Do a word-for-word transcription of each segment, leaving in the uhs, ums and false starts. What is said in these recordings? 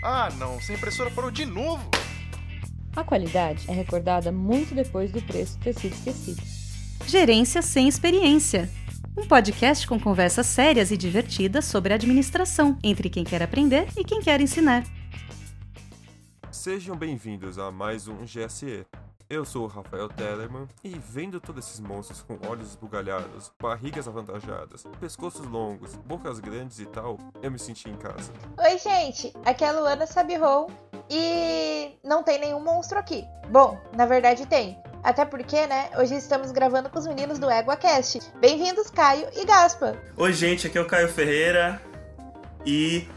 Ah, não, essa impressora parou de novo. A qualidade é recordada muito depois do preço ter sido esquecido. Gerência sem experiência. Um podcast com conversas sérias e divertidas sobre administração, entre quem quer aprender e quem quer ensinar. Sejam bem-vindos a mais um G S E. Eu sou o Rafael Tellerman e vendo todos esses monstros com olhos esbugalhados, barrigas avantajadas, pescoços longos, bocas grandes e tal, eu me senti em casa. Oi, gente, aqui é a Luana Sabirron e não tem nenhum monstro aqui. Bom, na verdade tem. Até porque, né, hoje estamos gravando com os meninos do EguaCast. Bem-vindos, Caio e Gaspa. Oi, gente, aqui é o Caio Ferreira e...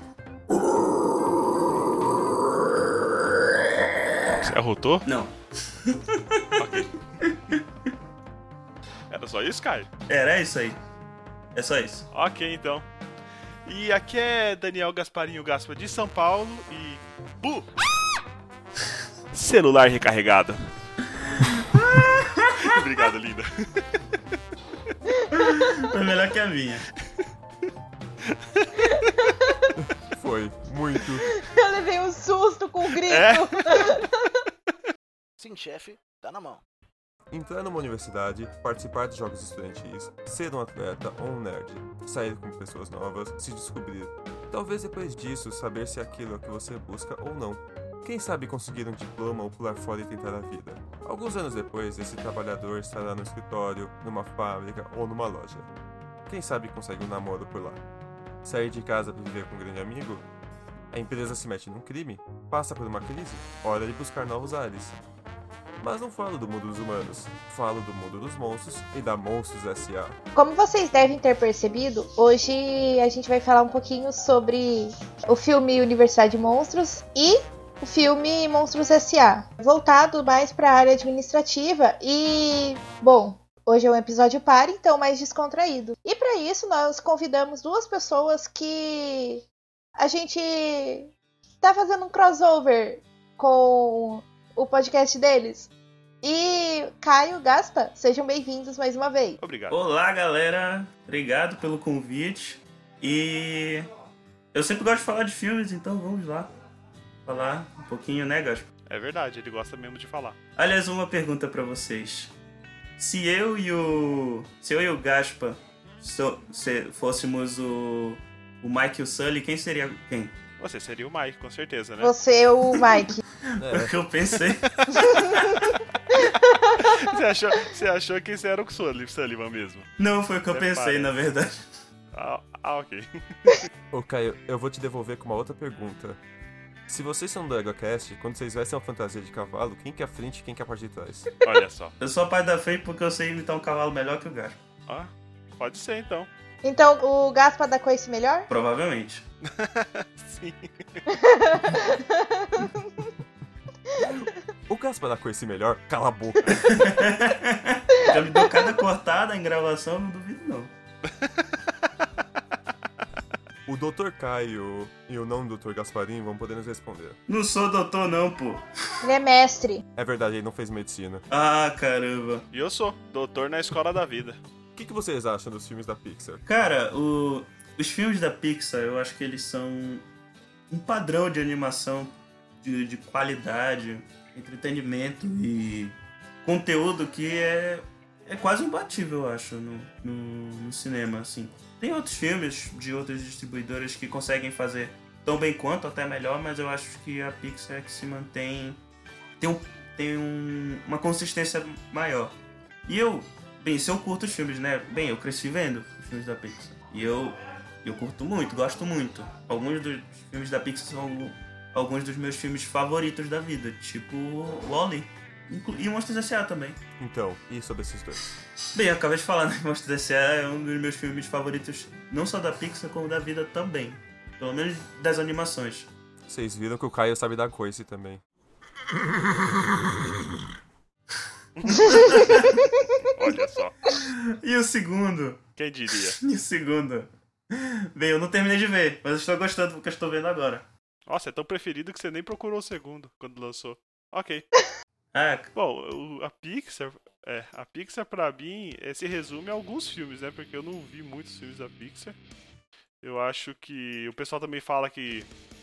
Você arrotou? Não. Ok. Era só isso, Caio? Era isso aí. É só isso. Ok, então. E aqui é Daniel Gasparinho Gaspa de São Paulo e... Bu! Celular recarregado. Obrigado, linda. Foi melhor que a minha. Foi, muito. Eu levei um susto com o grito. É? Sim, chefe, tá na mão. Entrar numa universidade, participar de jogos estudantis, ser um atleta ou um nerd, sair com pessoas novas, se descobrir. Talvez depois disso saber se aquilo é o que você busca ou não. Quem sabe conseguir um diploma ou pular fora e tentar a vida. Alguns anos depois, esse trabalhador estará no escritório, numa fábrica ou numa loja. Quem sabe consegue um namoro por lá. Sair de casa para viver com um grande amigo? A empresa se mete num crime? Passa por uma crise? Hora de buscar novos ares. Mas não falo do mundo dos humanos, falo do mundo dos monstros e da Monstros S A. Como vocês devem ter percebido, hoje a gente vai falar um pouquinho sobre o filme Universidade de Monstros e o filme Monstros S A, voltado mais para a área administrativa e, bom, hoje é um episódio par, então mais descontraído. E para isso nós convidamos duas pessoas que a gente tá fazendo um crossover com o podcast deles. E Caio, Gaspa, sejam bem-vindos mais uma vez. Obrigado. Olá, galera. Obrigado pelo convite. E eu sempre gosto de falar de filmes, então vamos lá. Falar um pouquinho, né, Gaspa? É verdade, ele gosta mesmo de falar. Aliás, uma pergunta pra vocês. Se eu e o... Se eu e o Gaspa so... se fôssemos o... o Mike e o Sully, quem seria quem? Você seria o Mike, com certeza, né? Você, o Mike. É o que eu pensei. Você achou, você achou que você era o Sully- Sullivan mesmo? Não, foi o que eu Até pensei, parece. na verdade. Ah, ah, ok. Ô Caio, eu vou te devolver com uma outra pergunta. Se vocês são do EgoCast, quando vocês vestem uma fantasia de cavalo, quem que é a frente e quem que é a parte de trás? Olha só. Eu sou a parte da frente porque eu sei imitar um cavalo melhor que o Gaspa. Ah, pode ser então. Então, o Gaspa dá coice melhor? Provavelmente. Sim. O Gaspa dá com esse melhor? Cala a boca. Já me deu cada cortada em gravação, não duvido não. O doutor Caio e o não doutor Gasparinho vão poder nos responder. Não sou doutor não, pô. Ele é mestre. É verdade, ele não fez medicina. Ah, caramba. E eu sou doutor na escola da vida. O que, que vocês acham dos filmes da Pixar? Cara, o... os filmes da Pixar, eu acho que eles são um padrão de animação de, de qualidade, entretenimento e conteúdo que é, é quase imbatível, eu acho, no, no, no cinema, assim. Tem outros filmes de outras distribuidoras que conseguem fazer tão bem quanto, até melhor, mas eu acho que a Pixar é que se mantém... Tem, um, tem um, uma consistência maior. E eu... Bem, se eu curto os filmes, né? Bem, eu cresci vendo os filmes da Pixar. E eu, eu curto muito, gosto muito. Alguns dos filmes da Pixar são alguns dos meus filmes favoritos da vida. Tipo Wall-E. E Monstros S A também. Então, e sobre esses dois? Bem, eu acabei de falar, né? Monstros S A é um dos meus filmes favoritos. Não só da Pixar, como da vida também. Pelo menos das animações. Vocês viram que o Caio sabe dar coice também. Olha só. E o segundo? Quem diria? E o segundo? Bem, eu não terminei de ver, mas eu estou gostando do que eu estou vendo agora. Nossa, é tão preferido que você nem procurou o segundo quando lançou. Ok. Ah, Bom, o- a Pixar, é, a Pixar pra mim é, se resume a alguns filmes, né? Porque eu não vi muitos filmes da Pixar. Eu acho que o pessoal também fala que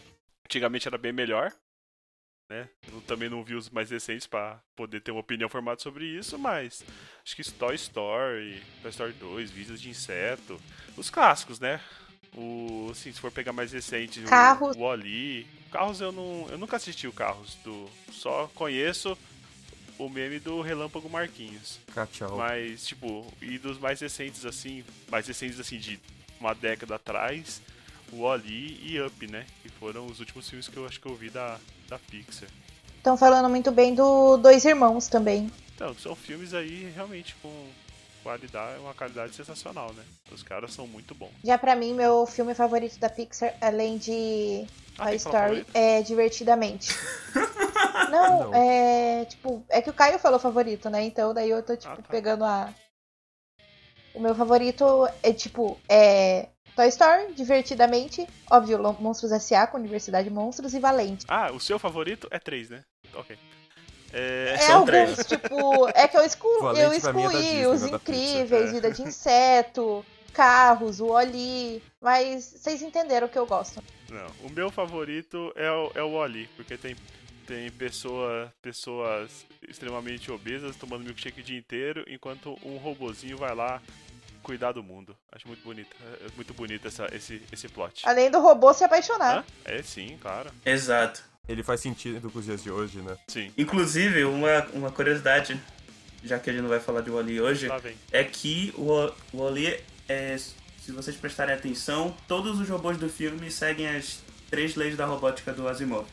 Antigamente era bem melhor, né? Eu também não vi os mais recentes pra poder ter uma opinião formada sobre isso, mas acho que Toy Story, Toy Story dois, Vidas de Inseto, os clássicos, né? O, assim, se for pegar mais recente, Carros. o Wall-E. Carros eu não, eu nunca assisti o Carros, do, só conheço o meme do Relâmpago Marquinhos. Tchau. Mas, tipo, e dos mais recentes, assim, mais recentes, assim, de uma década atrás, o Wall-E e Up, né? Que foram os últimos filmes que eu acho que eu vi da, da Pixar. Estão falando muito bem do Dois Irmãos também. Então, são filmes aí realmente com qualidade, uma qualidade sensacional, né? Os caras são muito bons. Já pra mim, meu filme favorito da Pixar, além de Ah, Toy tem Story, favorito? é Divertidamente. Não, Não. é tipo, é que o Caio falou favorito, né? Então daí eu tô tipo Ah, tá. pegando a o meu favorito é tipo, é Toy Story, Divertidamente, óbvio, Lo- Monstros S A com Universidade de Monstros e Valente. Ah, o seu favorito é três, né? Ok. É... É São alguns, três. tipo, é que eu, exclu, Valente eu pra mim é da excluí Disney, os não é da Incríveis, Pixar. É. Vida de Inseto, Carros, o Wall-E, mas vocês entenderam o que eu gosto. Não, o meu favorito é o, é o Wall-E, porque tem, tem pessoa, pessoas extremamente obesas tomando milkshake o dia inteiro, enquanto um robozinho vai lá cuidar do mundo. Acho muito bonito. É muito bonito essa, esse, esse plot. Além do robô se apaixonar. Hã? É sim, claro. Exato. Ele faz sentido com os dias de hoje, né? Sim. Inclusive, uma, uma curiosidade, já que a gente não vai falar de Wall-E hoje, Lá vem. é que o Wa- o Wall-E, é, se vocês prestarem atenção, todos os robôs do filme seguem as três leis da robótica do Asimov.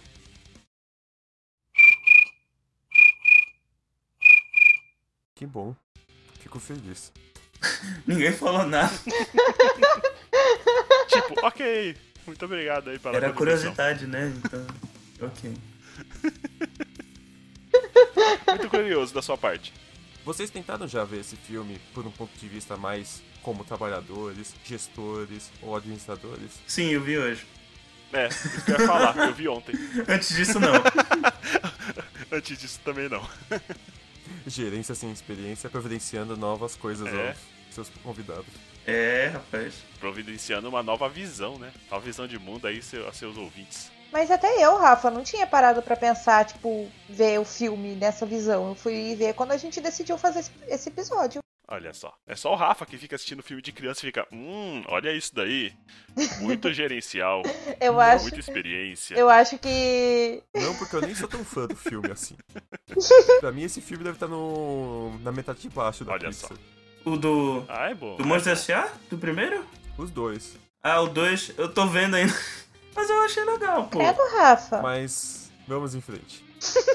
Que bom. Fico feliz. Ninguém falou nada. Tipo, ok. Muito obrigado aí pela Era contribuição. curiosidade, né? Então, ok. Muito curioso da sua parte. Vocês tentaram já ver esse filme por um ponto de vista mais como trabalhadores, gestores ou administradores? Sim, eu vi hoje. É, isso que eu ia falar. Eu vi ontem. Antes disso, não. Antes disso também não. Gerência sem experiência providenciando novas coisas É. aos seus convidados. É, rapaz. Providenciando uma nova visão, né? Nova visão de mundo aí seu- a seus ouvintes. Mas até eu, Rafa, não tinha parado pra pensar, tipo, ver o filme nessa visão. Eu fui ver quando a gente decidiu fazer esse- esse episódio. Olha só. É só o Rafa que fica assistindo filme de criança e fica, hum, olha isso daí. Muito gerencial. Eu acho, Muita experiência. eu acho que Não, porque eu nem sou tão fã do filme assim. Pra mim, esse filme deve estar no... na metade de baixo da Olha Pixar. só. O do. Ah, é bom. Do Monstros S A? Do primeiro? Os dois. Ah, o dois, eu tô vendo ainda. Mas eu achei legal, pô. é do Rafa. Mas vamos em frente.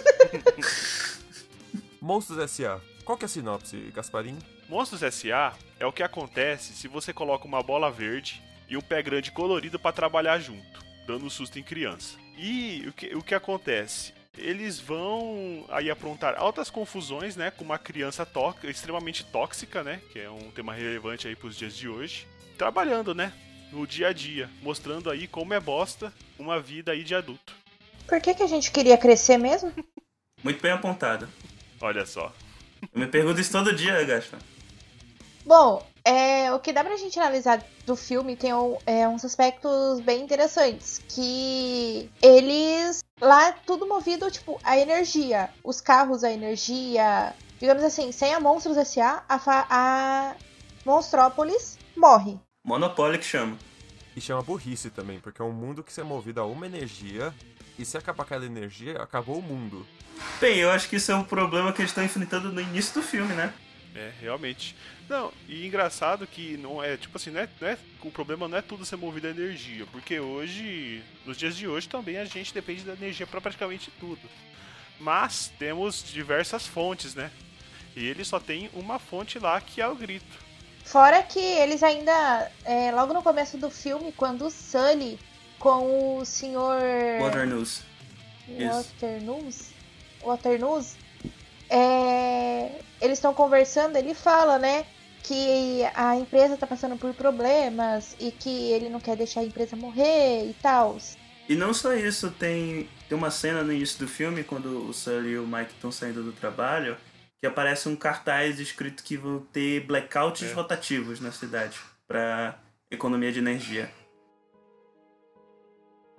Monstros S A. Qual que é a sinopse, Gasparim? Monstros S A é o que acontece se você coloca uma bola verde e um pé grande colorido pra trabalhar junto, dando um susto em criança. E o que, o que acontece? Eles vão aí aprontar altas confusões, né, com uma criança tó- extremamente tóxica, né, que é um tema relevante aí pros dias de hoje, trabalhando, né, no dia a dia, mostrando aí como é bosta uma vida aí de adulto. Por que, que a gente queria crescer mesmo? Muito bem apontado. Olha só. Eu me pergunto isso todo dia, Gaspa. Bom, é, o que dá pra gente analisar do filme tem um- é, uns aspectos bem interessantes. Que eles. Lá, tudo movido, tipo, a energia. Os carros, a energia. Digamos assim, sem a Monstros S A, a, fa- a Monstrópolis morre. Monopólio que chama. E chama burrice também, porque é um mundo que se é movido a uma energia, e se acabar aquela energia, acabou o mundo. Bem, eu acho que isso é um problema que eles estão enfrentando no início do filme, né? É, realmente. Não, e engraçado que não é, tipo assim, não é, não é- o problema não é tudo ser movido a energia, porque hoje, nos dias de hoje também a gente depende da energia para praticamente tudo. Mas temos diversas fontes, né? E ele só tem uma fonte lá que é o grito. Fora que eles ainda. É, logo no começo do filme, quando o Sully com o senhor. Water News. Isso. Waternoose? Waternoose? É, eles estão conversando, ele fala, né? Que a empresa tá passando por problemas e que ele não quer deixar a empresa morrer e tal. E não só isso, tem, tem uma cena no início do filme, quando o Sully e o Mike estão saindo do trabalho, que aparece um cartaz escrito que vão ter blackouts É. rotativos na cidade, pra economia de energia.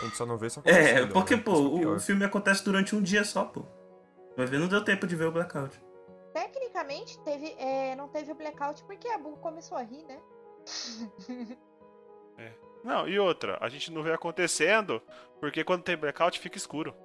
A gente só não vê isso acontecendo. É, porque, né? pô, Isso é o, pior. o filme acontece durante um dia só, pô. Vai ver, não deu tempo de ver o blackout. Tecnicamente, teve, é, não teve o blackout porque a Bu começou a rir, né? Não, e outra, a gente não vê acontecendo porque quando tem blackout fica escuro.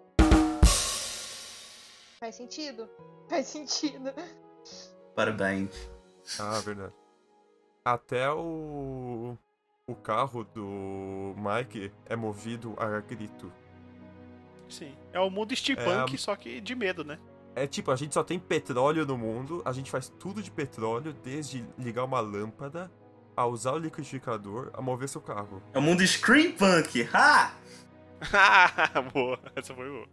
Faz sentido? Faz sentido. Parabéns. Ah, verdade. Até o... O carro do Mike é movido a grito. Sim. É o mundo steampunk, É, só que de medo, né? É tipo, a gente só tem petróleo no mundo, a gente faz tudo de petróleo, desde ligar uma lâmpada, a usar o liquidificador, a mover seu carro. É o mundo Scream Punk. Ha! Boa, essa foi boa.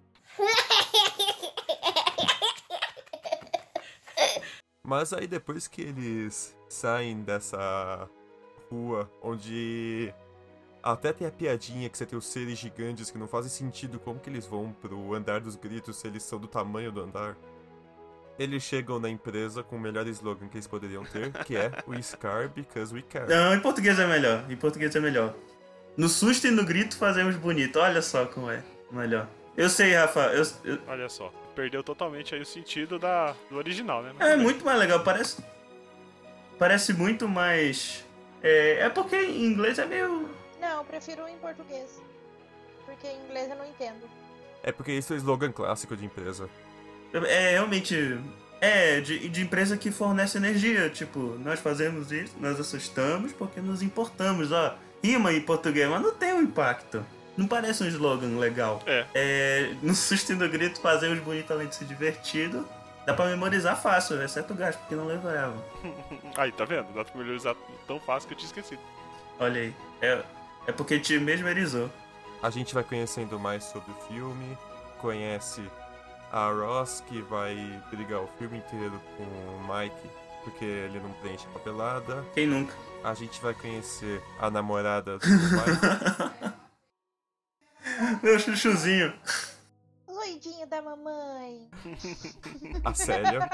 Mas aí depois que eles saem dessa rua, onde até tem a piadinha que você tem os seres gigantes que não fazem sentido como que eles vão pro andar dos gritos se eles são do tamanho do andar. Eles chegam na empresa com o melhor slogan que eles poderiam ter, que é We Scar Because We Care. Não, em português é melhor. Em português é melhor. No susto e no grito fazemos bonito. Olha só como é melhor. Eu sei, Rafa. Eu, eu... Olha só, perdeu totalmente aí o sentido da, do original, né? Mas É tudo bem. muito mais legal. Parece. Parece muito mais. É, é porque em inglês é meio. Não, eu prefiro em português. Porque em inglês eu não entendo. É porque isso é o slogan clássico de empresa. É realmente. É, de, de empresa que fornece energia. Tipo, nós fazemos isso, nós assustamos porque nos importamos. Ó, rima em português, mas não tem um impacto. Não parece um slogan legal. É. É, no susto e no grito fazemos bonito além de ser divertido. Dá pra memorizar fácil, exceto o gasto, porque não lembrava. Aí, tá vendo? Dá pra memorizar tão fácil que eu tinha esquecido. Olha aí. É, é porque te mesmerizou. A gente vai conhecendo mais sobre o filme, conhece a Ross, que vai brigar o filme inteiro com o Mike, porque ele não preenche a papelada. Quem nunca? A gente vai conhecer a namorada do Mike. Meu chuchuzinho. Zoidinho da mamãe. A Célia.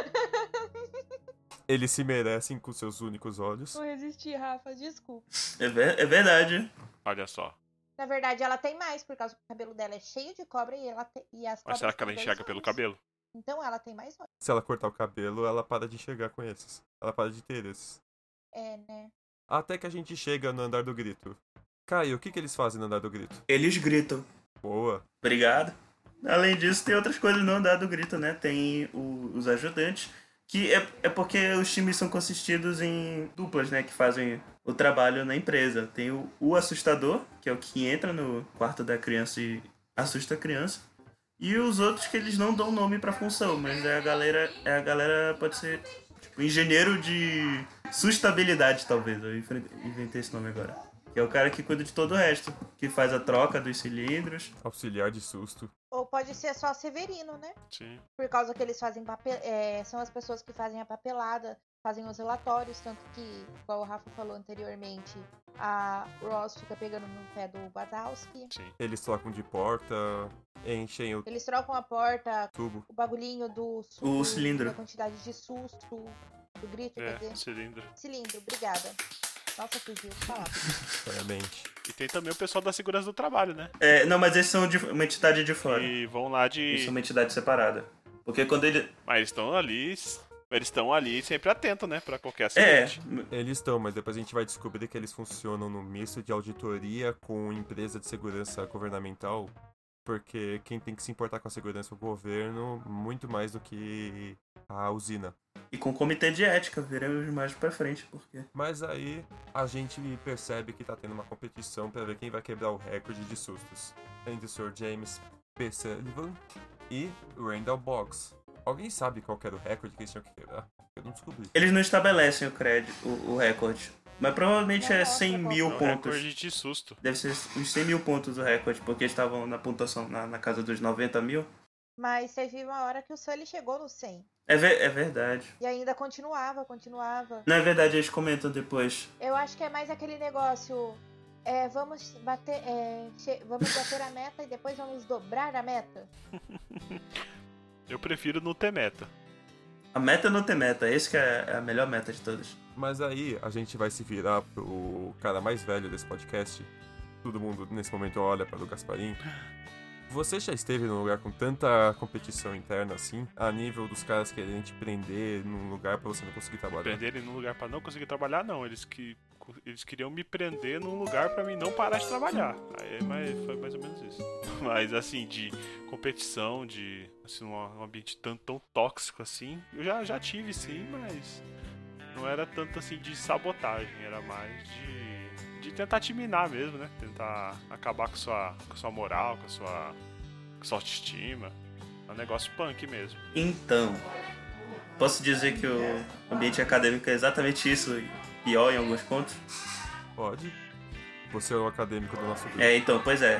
Eles se merecem com seus únicos olhos. Não resisti, Rafa, desculpa. É, ver, é verdade. Olha só. Na verdade, ela tem mais, por causa que o cabelo dela é cheio de cobra e, ela te... e as Mas cobras será que ela têm dois enxerga pelo olhos. cabelo? Então ela tem mais olhos. Se ela cortar o cabelo, ela para de enxergar com esses. Ela para de ter esses. É, né? Até que a gente chega no andar do grito. Caio, o que, que eles fazem no andar do grito? Eles gritam. Boa. Obrigado. Além disso, tem outras coisas no andar do grito, né? Tem o- os ajudantes, que é, é porque os times são consistidos em duplas, né? Que fazem o trabalho na empresa. Tem o, o assustador, que é o que entra no quarto da criança e assusta a criança. E os outros que eles não dão nome pra função, mas é a galera, é a galera pode ser tipo engenheiro de sustabilidade, talvez. Eu inven- inventei esse nome agora. Que é o cara que cuida de todo o resto, que faz a troca dos cilindros. Auxiliar de susto. Ou pode ser só Severino, né? Sim. Por causa que eles fazem papel. É, são as pessoas que fazem a papelada, fazem os relatórios, tanto que, igual o Rafa falou anteriormente, a Ross fica pegando no pé do Wazowski. Sim. Eles trocam de porta, enchem o Eles trocam a porta, tubo. o bagulhinho do susto, O cilindro. da quantidade de susto, do grito, quer É, dizer. cilindro. Cilindro, obrigada. Nossa, fugiu. Falar. Realmente. E tem também o pessoal da segurança do trabalho, né? É, não, mas esses são de uma entidade de fora. E vão lá Isso é de. uma entidade separada. Porque quando ele. Mas eles estão ali. Eles estão ali sempre atentos, né? Pra qualquer É, acidente. Eles estão, mas depois a gente vai descobrir que eles funcionam no misto de auditoria com empresa de segurança governamental. Porque quem tem que se importar com a segurança é o governo, muito mais do que a usina. e com comitê de ética, veremos mais pra frente, porque. Mas aí a gente percebe que tá tendo uma competição pra ver quem vai quebrar o recorde de sustos. Entre o senhor James P. Sullivan e o Randall Boggs. Alguém sabe qual que era o recorde que eles tinham que quebrar? Eu não descobri. Eles não estabelecem o crédito, o, o recorde. Mas provavelmente Não é mostra cem qual mil É um pontos. recorde de susto. Deve ser uns cem mil pontos o recorde, porque eles estavam na pontuação na, na casa dos noventa mil. Mas teve uma hora que o Sully chegou no cem. É, ver, é verdade. E ainda continuava, continuava. Não é verdade, eles comentam depois. Eu acho que é mais aquele negócio. É, vamos bater. É, che- vamos bater a meta e depois vamos dobrar a meta. Eu prefiro não ter meta. A meta não tem meta, esse que é a melhor meta de todas. Mas aí a gente vai se virar pro cara mais velho desse podcast todo mundo nesse momento olha para o Gasparim. Você já esteve num lugar com tanta competição interna assim, a nível dos caras querendo te prender num lugar pra você não conseguir trabalhar? Prenderem num lugar pra não conseguir trabalhar, não. Eles, que, eles queriam me prender num lugar pra mim não parar de trabalhar. Aí mas foi mais ou menos isso. Mas assim, de competição, de assim, um ambiente tão, tão tóxico assim, eu já, já tive sim, mas não era tanto assim de sabotagem, era mais de... de tentar te minar mesmo, né? Tentar acabar com sua, com sua moral, com sua, com sua autoestima. É um negócio punk mesmo. Então, posso dizer que o ambiente acadêmico é exatamente isso, pior em alguns pontos? Pode. Você é o acadêmico do nosso grupo. É, então, pois é.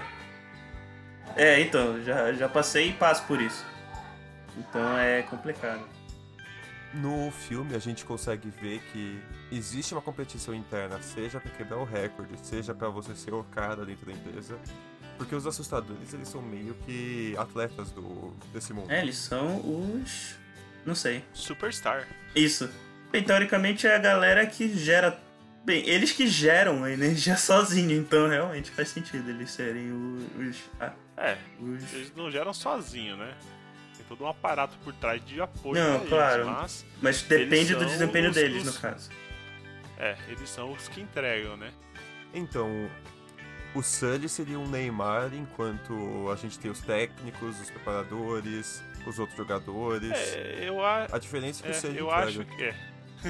É, então, já, já passei e passo por isso. Então é complicado. No filme a gente consegue ver que existe uma competição interna, seja para quebrar o recorde, seja para você ser o cara dentro da empresa, porque os assustadores eles são meio que atletas do desse mundo. É, eles são os... não sei. Superstar. Isso. Bem, teoricamente é a galera que gera... Bem, eles que geram a energia sozinho, então realmente faz sentido eles serem os... ah, É, os... eles não geram sozinho, né? Tem todo um aparato por trás de apoio Não, pra claro. eles, mas... Mas depende do são desempenho os- deles, os- no caso. É, eles são os que entregam, né? Então, o Sully seria um Neymar, enquanto a gente tem os técnicos, os preparadores, os outros jogadores. É, eu, a... A diferença é que é, o Sully eu entrega. acho que é.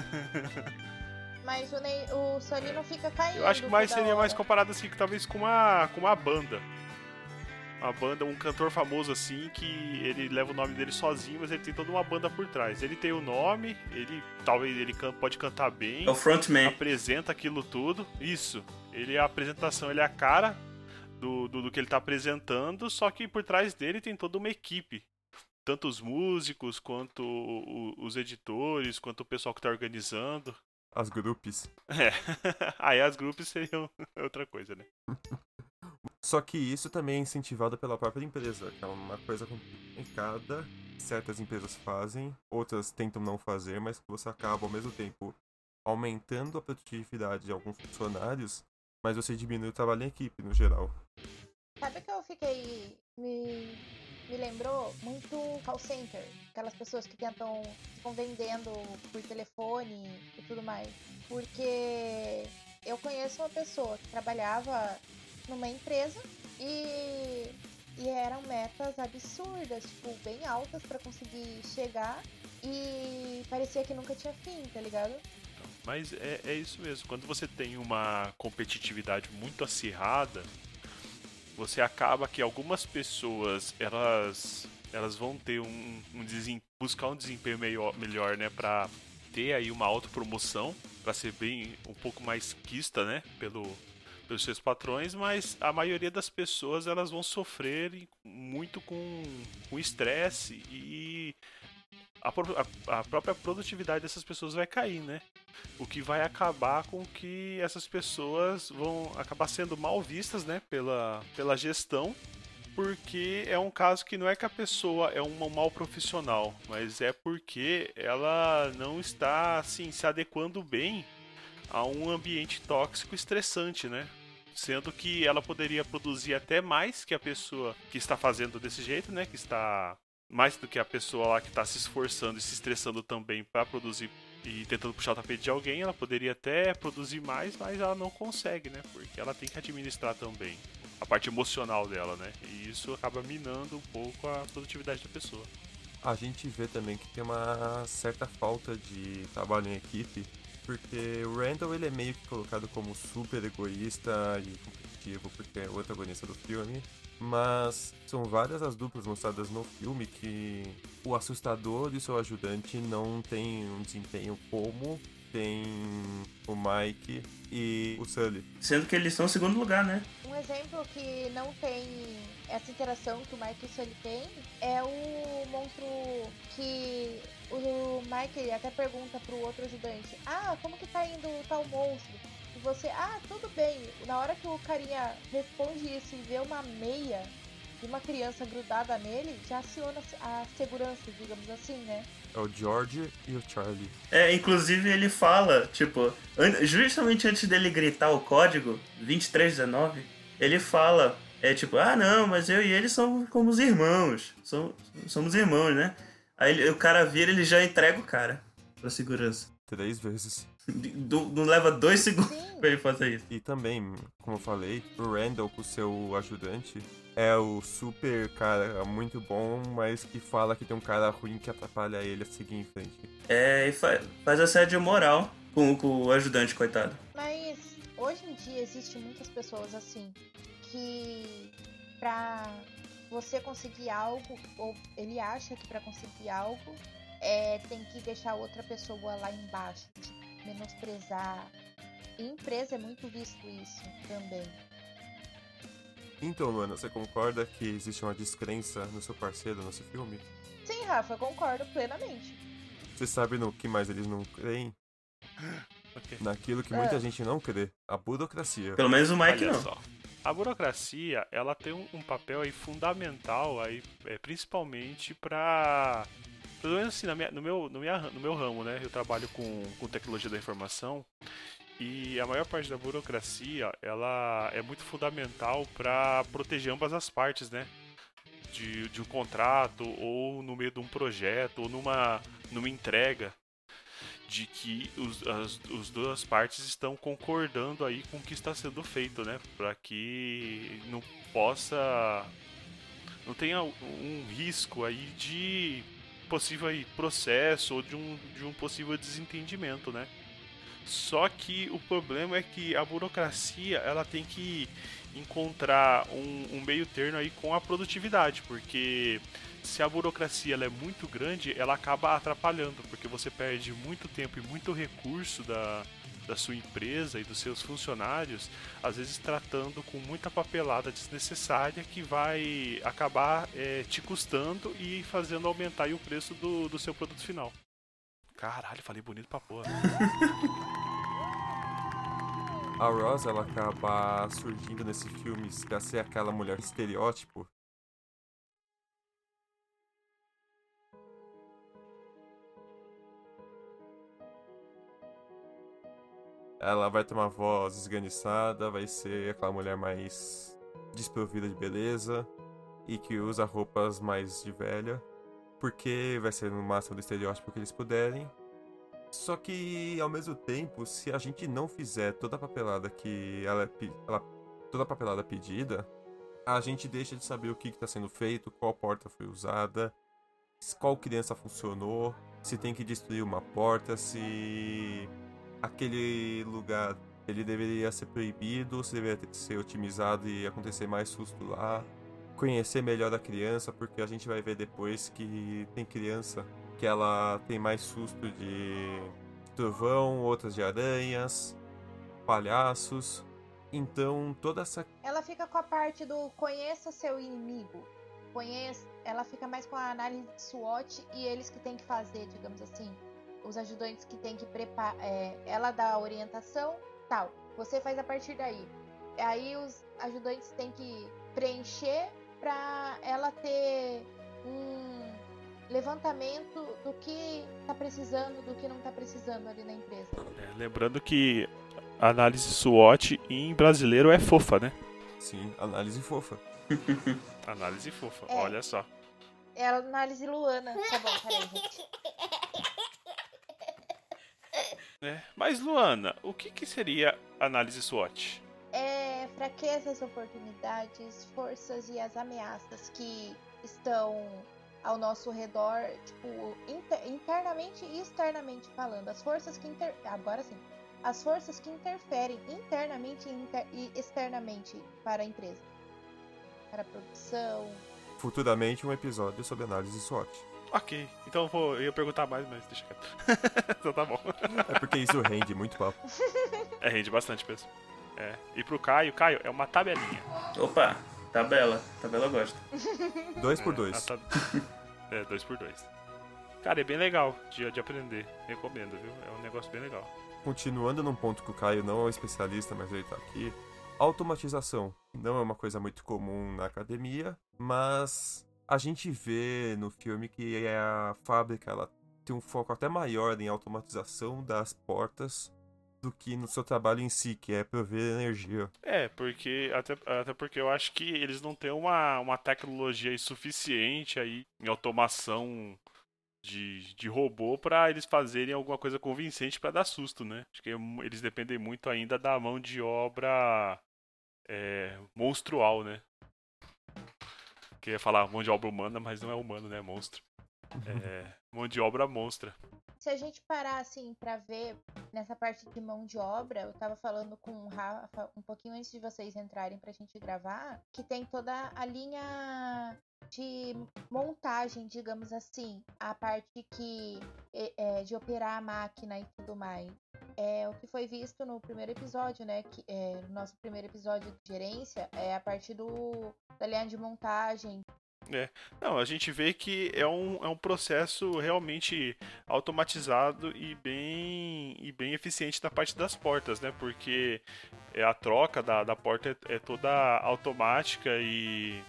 Mas o, Ney, o Sully não fica caindo. Eu acho que mais toda seria mais hora. comparado assim, que talvez com uma, com uma banda. Uma banda, um cantor famoso assim, que ele leva o nome dele sozinho, mas ele tem toda uma banda por trás. Ele tem o nome, ele talvez ele can, pode cantar bem, É o frontman. apresenta aquilo tudo. Isso. Ele a apresentação, ele é a cara do, do, do que ele tá apresentando, só que por trás dele tem toda uma equipe. Tanto os músicos, quanto o, o, os editores, quanto o pessoal que tá organizando. As grupos. É. Aí as grupos seriam outra coisa, né? Só que isso também é incentivado pela própria empresa, que é uma coisa complicada. Certas empresas fazem, outras tentam não fazer, mas que você acaba ao mesmo tempo aumentando a produtividade de alguns funcionários, mas você diminui o trabalho em equipe no geral. Sabe que eu fiquei. Me, me lembrou muito call center. Aquelas pessoas que tentam. Ficam vendendo por telefone e tudo mais. Porque eu conheço uma pessoa que trabalhava numa empresa e, e eram metas absurdas, tipo, bem altas pra conseguir chegar e parecia que nunca tinha fim, tá ligado? Mas é, é isso mesmo. Quando você tem uma competitividade muito acirrada, você acaba que algumas pessoas elas, elas vão ter um, um desem, buscar um desempenho melhor, melhor, né, para ter aí uma autopromoção, para ser bem um pouco mais quista, né, pelo pelos seus patrões, mas a maioria das pessoas elas vão sofrer muito com com estresse e a, a, a própria produtividade dessas pessoas vai cair, né? O que vai acabar com que essas pessoas vão acabar sendo mal vistas, né, pela, pela gestão, porque é um caso que não é que a pessoa é um mau profissional, mas é porque ela não está assim, se adequando bem a um ambiente tóxico estressante, né? Sendo que ela poderia produzir até mais que a pessoa que está fazendo desse jeito, né? Que está mais do que a pessoa lá que está se esforçando e se estressando também para produzir e tentando puxar o tapete de alguém. Ela poderia até produzir mais, mas ela não consegue, né? Porque ela tem que administrar também a parte emocional dela, né? E isso acaba minando um pouco a produtividade da pessoa. A gente vê também que tem uma certa falta de trabalho em equipe, porque o Randall ele é meio que colocado como super egoísta e competitivo, porque é o antagonista do filme, mas são várias as duplas mostradas no filme que o assustador e o seu ajudante não têm um desempenho como tem o Mike e o Sully. Sendo que eles estão em segundo lugar, né? Um exemplo que não tem essa interação que o Mike e o Sully têm é o monstro que o Mike até pergunta pro outro ajudante: ah, como que tá indo tal monstro? E você, ah, tudo bem. Na hora que o carinha responde isso e vê uma meia de uma criança grudada nele, já aciona a segurança, digamos assim, né? É o George e o Charlie. É, inclusive ele fala, tipo, an- justamente antes dele gritar o código vinte e três dezenove, ele fala, é tipo, ah não, mas eu e ele somos como os irmãos, somos, somos irmãos, né? Aí ele- o cara vira, ele já entrega o cara pra segurança. Três vezes. Do- Não leva dois segundos Sim. pra ele fazer isso. E também, como eu falei, o Randall, com o seu ajudante, é o super cara muito bom, mas que fala que tem um cara ruim que atrapalha ele a seguir em frente. É, e fa- faz assédio moral com, com o ajudante, coitado. Mas hoje em dia existem muitas pessoas assim que pra você conseguir algo, ou ele acha que pra conseguir algo, é, tem que deixar outra pessoa lá embaixo, tipo, menosprezar. Em empresa é muito visto isso também. Então, Luana, você concorda que existe uma descrença no seu parceiro nesse filme? Sim, Rafa, eu concordo plenamente. Você sabe no que mais eles não creem? Ok. Naquilo que muita Ah. gente não crê. A burocracia. Pelo menos o Mike Olha não. só. A burocracia, ela tem um, um papel aí fundamental aí, é, principalmente para, pelo menos assim, na minha- no, meu, no, minha, no meu ramo, né? Eu trabalho com, com tecnologia da informação e a maior parte da burocracia, ela é muito fundamental para proteger ambas as partes, né? De, de um contrato ou no meio de um projeto ou numa, numa entrega, de que os, as os duas partes estão concordando aí com o que está sendo feito, né? Para que não possa, não tenha um risco aí de possível aí processo ou de um, de um possível desentendimento, né? Só que o problema é que a burocracia, ela tem que encontrar um, um meio termo aí com a produtividade, porque se a burocracia ela é muito grande, ela acaba atrapalhando, porque você perde muito tempo e muito recurso da, da sua empresa e dos seus funcionários, às vezes tratando com muita papelada desnecessária que vai acabar é, te custando e fazendo aumentar aí o preço do, do seu produto final. Caralho, falei bonito pra porra. A Ross, ela acaba surgindo nesse filme pra ser aquela mulher estereótipo. Ela vai ter uma voz esganiçada, vai ser aquela mulher mais desprovida de beleza e que usa roupas mais de velha, porque vai ser no máximo do estereótipo que eles puderem. Só que, ao mesmo tempo, se a gente não fizer toda a papelada que ela, é pe- ela toda a papelada pedida, a gente deixa de saber o que está sendo feito, qual porta foi usada, qual criança funcionou, se tem que destruir uma porta, se aquele lugar ele deveria ser proibido, se deveria ter- ser otimizado e acontecer mais susto lá. Conhecer melhor a criança, porque a gente vai ver depois que tem criança que ela tem mais susto de trovão, outras de aranhas, palhaços. Então toda essa Ela fica com a parte do conheça seu inimigo. Conheça, ela fica mais com a análise de SWOT e eles que tem que fazer, digamos assim. Os ajudantes que tem que preparar. É, ela dá a orientação, tal. Você faz a partir daí. Aí os ajudantes têm que preencher pra ela ter um levantamento do que tá precisando, do que não tá precisando ali na empresa. É, lembrando que a análise SWOT em brasileiro é fofa, né? sim, análise fofa. Análise fofa, É. olha só. É a análise Luana. Tá bom, peraí, gente. É, mas Luana, o que, que seria análise SWOT? É fraquezas, oportunidades, forças e as ameaças que estão ao nosso redor, tipo, inter- internamente e externamente falando. As forças que inter... agora sim. As forças que interferem internamente e, inter- e externamente para a empresa. Para a produção. Futuramente um episódio sobre análise SWOT. Ok, então eu, vou, eu ia perguntar mais, mas deixa quieto. Então tá bom. É porque isso rende muito papo. É, rende bastante peso. É. E pro Caio, Caio, é uma tabelinha. Opa, tabela. Tabela eu gosto. Dois por É, dois. a tab- É, dois por dois. Cara, é bem legal de, de aprender. Recomendo, viu? É um negócio bem legal. Continuando num ponto que o Caio não é um especialista, mas ele tá aqui. Automatização não é uma coisa muito comum na academia, mas a gente vê no filme que a fábrica ela tem um foco até maior em automatização das portas do que no seu trabalho em si, que é prover energia. É, porque até, até porque eu acho que eles não têm uma, uma tecnologia aí suficiente aí em automação de, de robô pra eles fazerem alguma coisa convincente pra dar susto, né? Acho que eles dependem muito ainda da mão de obra é, monstrual, né? Queria falar mão de obra humana, mas não é humano, né? É monstro. É, mão de obra monstra. Se a gente parar assim pra ver nessa parte de mão de obra, eu tava falando com o Rafa um pouquinho antes de vocês entrarem pra gente gravar, que tem toda a linha de montagem, digamos assim, a parte que é, de operar a máquina e tudo mais. É o que foi visto no primeiro episódio, né? Que é, no nosso primeiro episódio de gerência, é a parte do da linha de montagem. É. Não, a gente vê que é um, é um processo realmente automatizado e bem, e bem eficiente da parte das portas, né? Porque a troca da, da porta é, é toda automática e,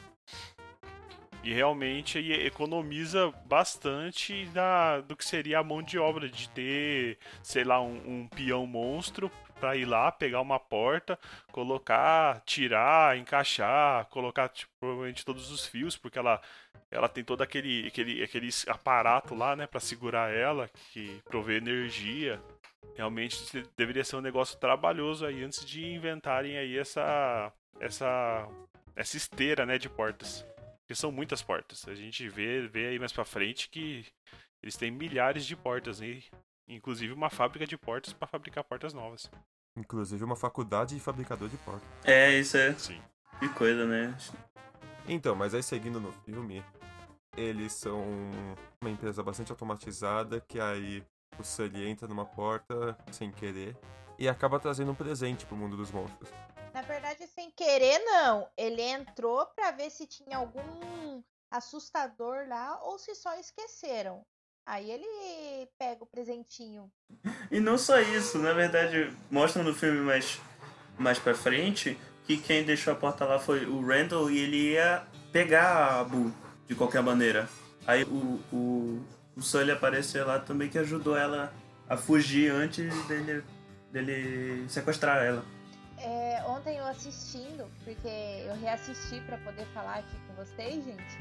e realmente economiza bastante da, do que seria a mão de obra de ter, sei lá, um, um peão monstro para ir lá, pegar uma porta, colocar, tirar, encaixar, colocar tipo, provavelmente todos os fios, porque ela, ela tem todo aquele, aquele, aquele aparato lá, né, para segurar ela, que provê energia. Realmente deveria ser um negócio trabalhoso aí antes de inventarem aí essa, essa, essa esteira, né, de portas. Porque são muitas portas. A gente vê, vê aí mais pra frente que eles têm milhares de portas aí. Inclusive uma fábrica de portas para fabricar portas novas. Inclusive uma faculdade de fabricador de portas. É, isso é. Sim. Que coisa, né? Então, mas aí seguindo no filme, eles são uma empresa bastante automatizada que aí o Sully entra numa porta sem querer e acaba trazendo um presente pro mundo dos monstros. Na verdade, sem querer, não. Ele entrou pra ver se tinha algum assustador lá ou se só esqueceram. Aí ele pega o presentinho. E não só isso, na verdade, mostra no filme mais, mais pra frente que quem deixou a porta lá foi o Randall e ele ia pegar a Boo de qualquer maneira. Aí o, o, o Sully apareceu lá também que ajudou ela a fugir antes dele, dele sequestrar ela. É, ontem eu assistindo, porque eu reassisti pra poder falar aqui com vocês, gente.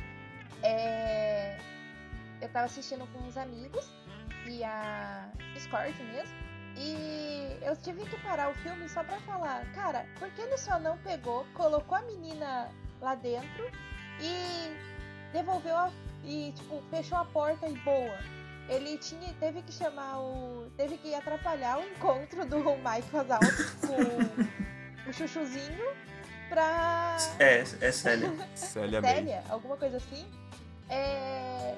É... Eu tava assistindo com uns amigos via Discord mesmo. E eu tive que parar o filme só pra falar, cara, por que ele só não pegou, colocou a menina lá dentro e devolveu a, e tipo, fechou a porta e boa. Ele tinha, teve que chamar o. Teve que atrapalhar o encontro do Mike Wazowski com o Chuchuzinho pra. É, é Célia. Célia May. Célia, alguma coisa assim. É.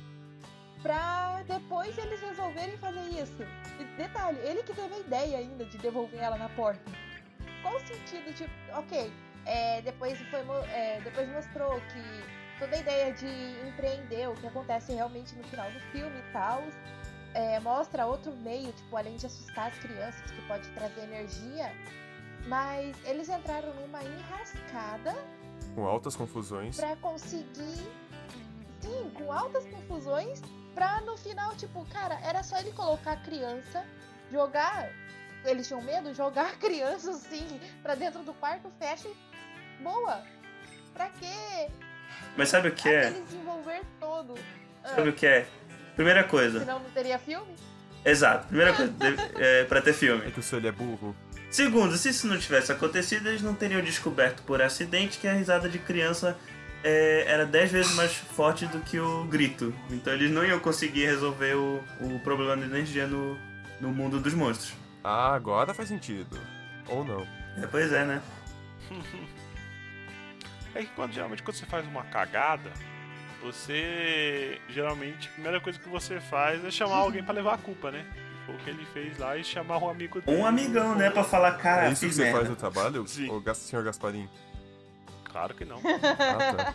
Pra depois eles resolverem fazer isso. E detalhe, ele que teve a ideia ainda de devolver ela na porta. Qual o sentido? Tipo, ok, é, depois, foi, é, depois mostrou que toda a ideia de empreender, o que acontece realmente no final do filme e tal, é, mostra outro meio, tipo, além de assustar as crianças, que pode trazer energia, mas eles entraram numa enrascada Com altas confusões. pra conseguir, sim, com altas confusões, pra no final, tipo, cara, era só ele colocar a criança, jogar, eles tinham medo, jogar a criança assim pra dentro do quarto, fecha e boa. Pra quê? Mas sabe o que é? Aquele desenvolver todo. Sabe o que é? Primeira coisa. Senão não teria filme? Exato. Primeira coisa, deve- é, pra ter É filme. que o Sully é burro. Segundo, se isso não tivesse acontecido, eles não teriam descoberto por acidente que a risada de criança é, era dez vezes mais forte do que o grito. Então eles não iam conseguir resolver o, o problema de energia no, no mundo dos monstros. Ah, agora faz sentido. Ou não. É, pois é, né? É que quando, geralmente quando você faz uma cagada, você geralmente a primeira coisa que você faz é chamar alguém pra levar a culpa, né? Foi o que ele fez lá e chamar um amigo dele. Um amigão, né? Pra falar, cara, é isso que fiz você merda. faz no trabalho, Sim. ô Gas- senhor Gasparim? Claro que não. Ah,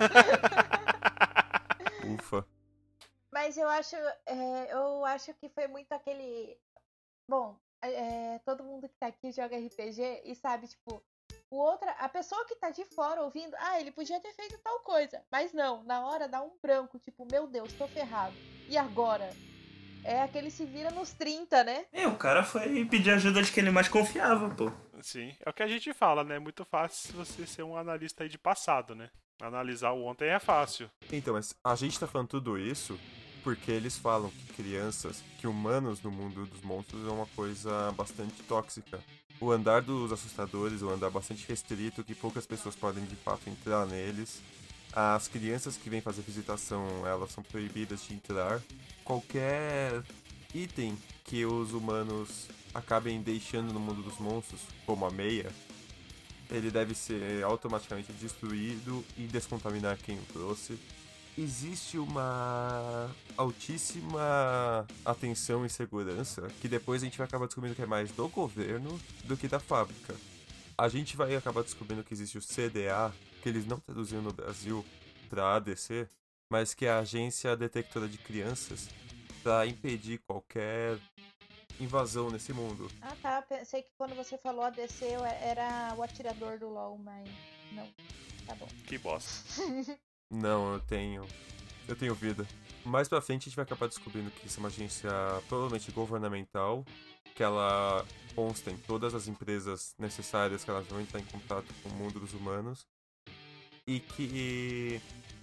tá. Ufa. Mas eu acho, é, eu acho que foi muito aquele. Bom, é, todo mundo que tá aqui joga R P G e sabe, tipo, o outra, a pessoa que tá de fora ouvindo, ah, ele podia ter feito tal coisa. Mas não, na hora dá um branco, tipo, meu Deus, tô ferrado. E agora? É aquele se vira nos trinta, né? É, o cara foi pedir ajuda de quem ele mais confiava, pô. Sim, é o que a gente fala, né? É muito fácil você ser um analista aí de passado, né? Analisar o ontem é fácil. Então, mas a gente tá falando tudo isso porque eles falam que crianças, que humanos no mundo dos monstros é uma coisa bastante tóxica. O andar dos assustadores é um andar bastante restrito, que poucas pessoas podem de fato entrar neles. As crianças que vêm fazer visitação, elas são proibidas de entrar. Qualquer item que os humanos acabem deixando no mundo dos monstros, como a meia, ele deve ser automaticamente destruído e descontaminar quem o trouxe. Existe uma altíssima atenção e segurança que depois a gente vai acabar descobrindo que é mais do governo do que da fábrica. A gente vai acabar descobrindo que existe o C D A, que eles não traduziram no Brasil para A D C, mas que é a Agência Detectora de Crianças, para impedir qualquer invasão nesse mundo. Ah tá, pensei que quando você falou A D C eu era o atirador do LoL, mas não, tá bom. Que bosta. Não, eu tenho. Eu tenho vida. Mais pra frente a gente vai acabar descobrindo que isso é uma agência provavelmente governamental, que ela consta em todas as empresas necessárias que elas vão entrar em contato com o mundo dos humanos, e que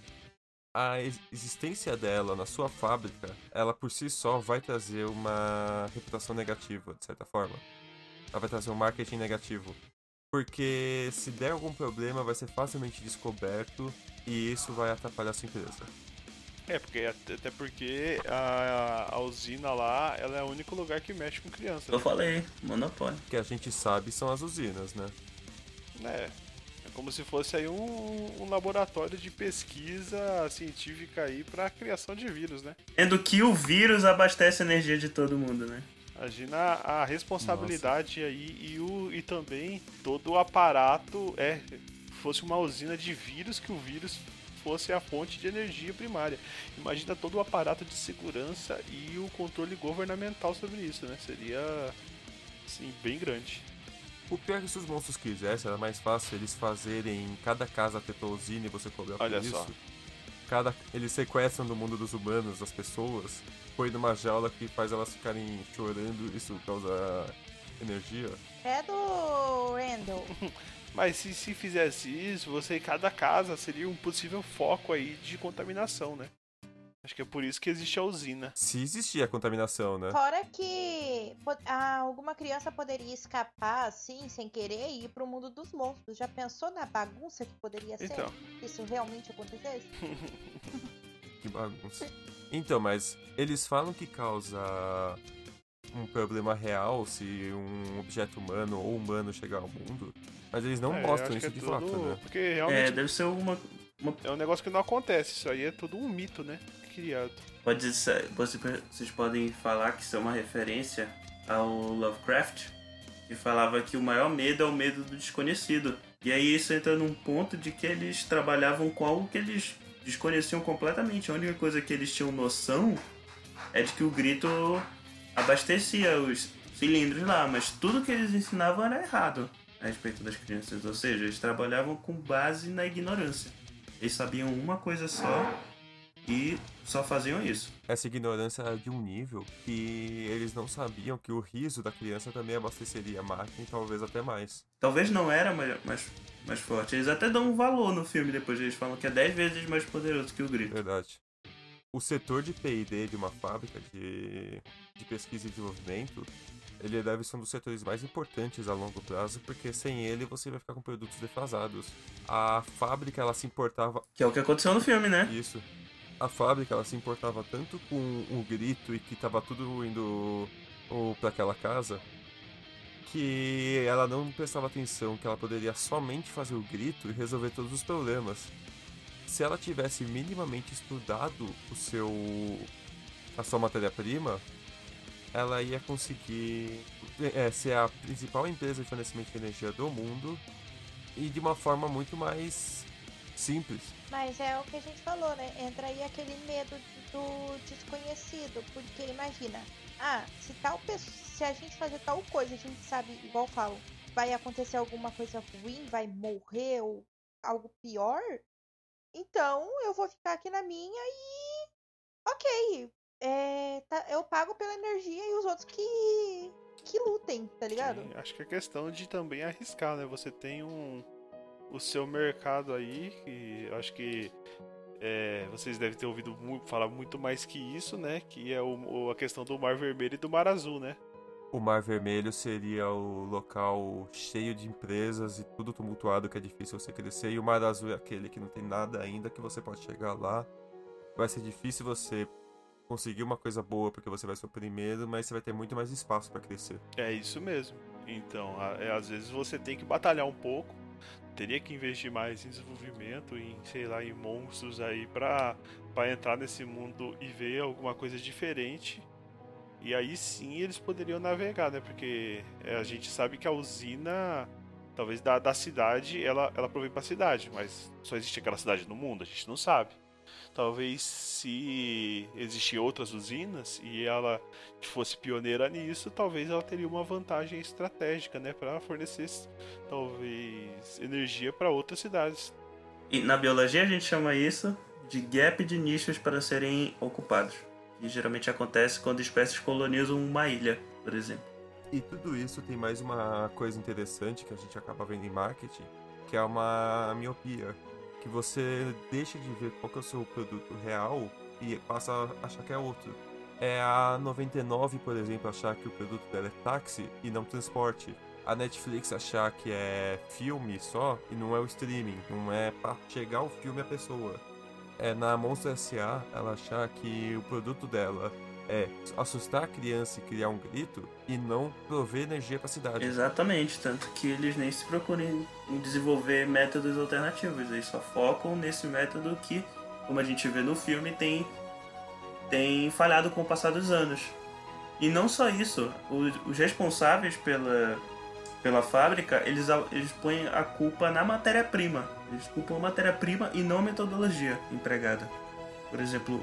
a existência dela na sua fábrica, ela por si só vai trazer uma reputação negativa, de certa forma. Ela vai trazer um marketing negativo. Porque se der algum problema, vai ser facilmente descoberto e isso vai atrapalhar a sua empresa. É, porque até porque a, a usina lá, ela é o único lugar que mexe com criança. Eu Né? falei, monopólio. O que a gente sabe são as usinas, né? É, é como se fosse aí um, um laboratório de pesquisa científica aí pra criação de vírus, né? Sendo que o vírus abastece a energia de todo mundo, né? Imagina a responsabilidade Nossa. aí e, o, e também todo o aparato é fosse uma usina de vírus, que o vírus fosse a fonte de energia primária. Imagina todo o aparato de segurança e o controle governamental sobre isso, né? Seria, assim, bem grande. O pior é que se os monstros quisessem, era mais fácil eles fazerem em cada casa ter tua usina e você cobrar por Olha isso. só. Cada, eles sequestram do mundo dos humanos as pessoas, põe numa jaula que faz elas ficarem chorando, isso causa energia. É do Randall. Mas se, se fizesse isso, você cada casa seria um possível foco aí de contaminação, né? Acho que é por isso que existe a usina. Se existir a contaminação, né? Fora que ah, alguma criança poderia escapar, assim, sem querer, e ir pro mundo dos monstros. Já pensou na bagunça que poderia ser? Então. Se isso realmente acontecesse? Que bagunça. Então, mas eles falam que causa um problema real se um objeto humano ou humano chegar ao mundo, mas eles não É, mostram acho que isso é de tudo- fato, né? Porque É, realmente deve ser uma, uma é um negócio que não acontece. Isso aí é tudo um mito, né? Criado. Pode ser, você- vocês podem falar que isso é uma referência ao Lovecraft, que falava que o maior medo é o medo do desconhecido. E aí isso entra num ponto de que eles trabalhavam com algo que eles desconheciam completamente. A única coisa que eles tinham noção é de que o grito abastecia os cilindros lá, mas tudo que eles ensinavam era errado a respeito das crianças. Ou seja, eles trabalhavam com base na ignorância. Eles sabiam uma coisa só e só faziam isso. Essa ignorância era de um nível que eles não sabiam que o riso da criança também abasteceria a máquina e talvez até mais. Talvez não era mais, mais, mais forte. Eles até dão um valor no filme depois. Eles falam que é dez vezes mais poderoso que o grito. Verdade. O setor de P e D de uma fábrica de, de pesquisa e desenvolvimento, ele deve ser um dos setores mais importantes a longo prazo, porque sem ele você vai ficar com produtos defasados. A fábrica, ela se importava... Que é o que aconteceu no filme, né? Isso. A fábrica, ela se importava tanto com o grito e que tava tudo indo ou, pra aquela casa, que ela não prestava atenção que ela poderia somente fazer o grito e resolver todos os problemas. Se ela tivesse minimamente estudado o seu a sua matéria-prima, ela ia conseguir é, ser a principal empresa de fornecimento de energia do mundo e de uma forma muito mais simples. Mas é o que a gente falou, né? Entra aí aquele medo do desconhecido. Porque imagina, ah, se tal pessoa, se a gente fazer tal coisa, a gente sabe, igual eu falo, vai acontecer alguma coisa ruim, vai morrer ou algo pior, então eu vou ficar aqui na minha e ok. é, tá, eu pago pela energia e os outros que, que lutem, tá ligado? Sim, acho que é questão de também arriscar, né? Você tem um o seu mercado aí, que eu acho que é, vocês devem ter ouvido muito, falar muito mais que isso, né? Que é o, a questão do Mar Vermelho e do Mar Azul, né? O Mar Vermelho seria o local cheio de empresas e tudo tumultuado que é difícil você crescer. E o Mar Azul é aquele que não tem nada ainda, que você pode chegar lá. Vai ser difícil você conseguir uma coisa boa porque você vai ser o primeiro, mas você vai ter muito mais espaço para crescer. É isso mesmo. Então, a, é, às vezes você tem que batalhar um pouco. Teria que investir mais em desenvolvimento, em, sei lá, em monstros aí pra, pra entrar nesse mundo e ver alguma coisa diferente. E aí sim eles poderiam navegar, né? Porque é, a gente sabe que a usina, talvez da, da cidade, ela, ela provém pra cidade, mas só existe aquela cidade no mundo, a gente não sabe. Talvez se existir outras usinas e ela fosse pioneira nisso, talvez ela teria uma vantagem estratégica, né, para fornecer talvez energia para outras cidades. E na biologia a gente chama isso de gap de nichos para serem ocupados, que geralmente acontece quando espécies colonizam uma ilha, por exemplo. E tudo isso tem mais uma coisa interessante que a gente acaba vendo em marketing, que é uma miopia. Que você deixa de ver qual que é o seu produto real e passa a achar que é outro. É a noventa e nove, por exemplo, achar que o produto dela é táxi e não transporte. A Netflix achar que é filme só e não é o streaming, não é para chegar o filme à pessoa. É na Monstro S A ela achar que o produto dela é assustar a criança e criar um grito e não prover energia para a cidade. Exatamente, tanto que eles nem se procuram em desenvolver métodos alternativos, eles só focam nesse método que, como a gente vê no filme, tem, tem falhado com o passar dos anos. E não só isso, os, os responsáveis pela, pela fábrica, eles, eles põem a culpa na matéria-prima, eles culpam a matéria-prima e não a metodologia empregada. Por exemplo,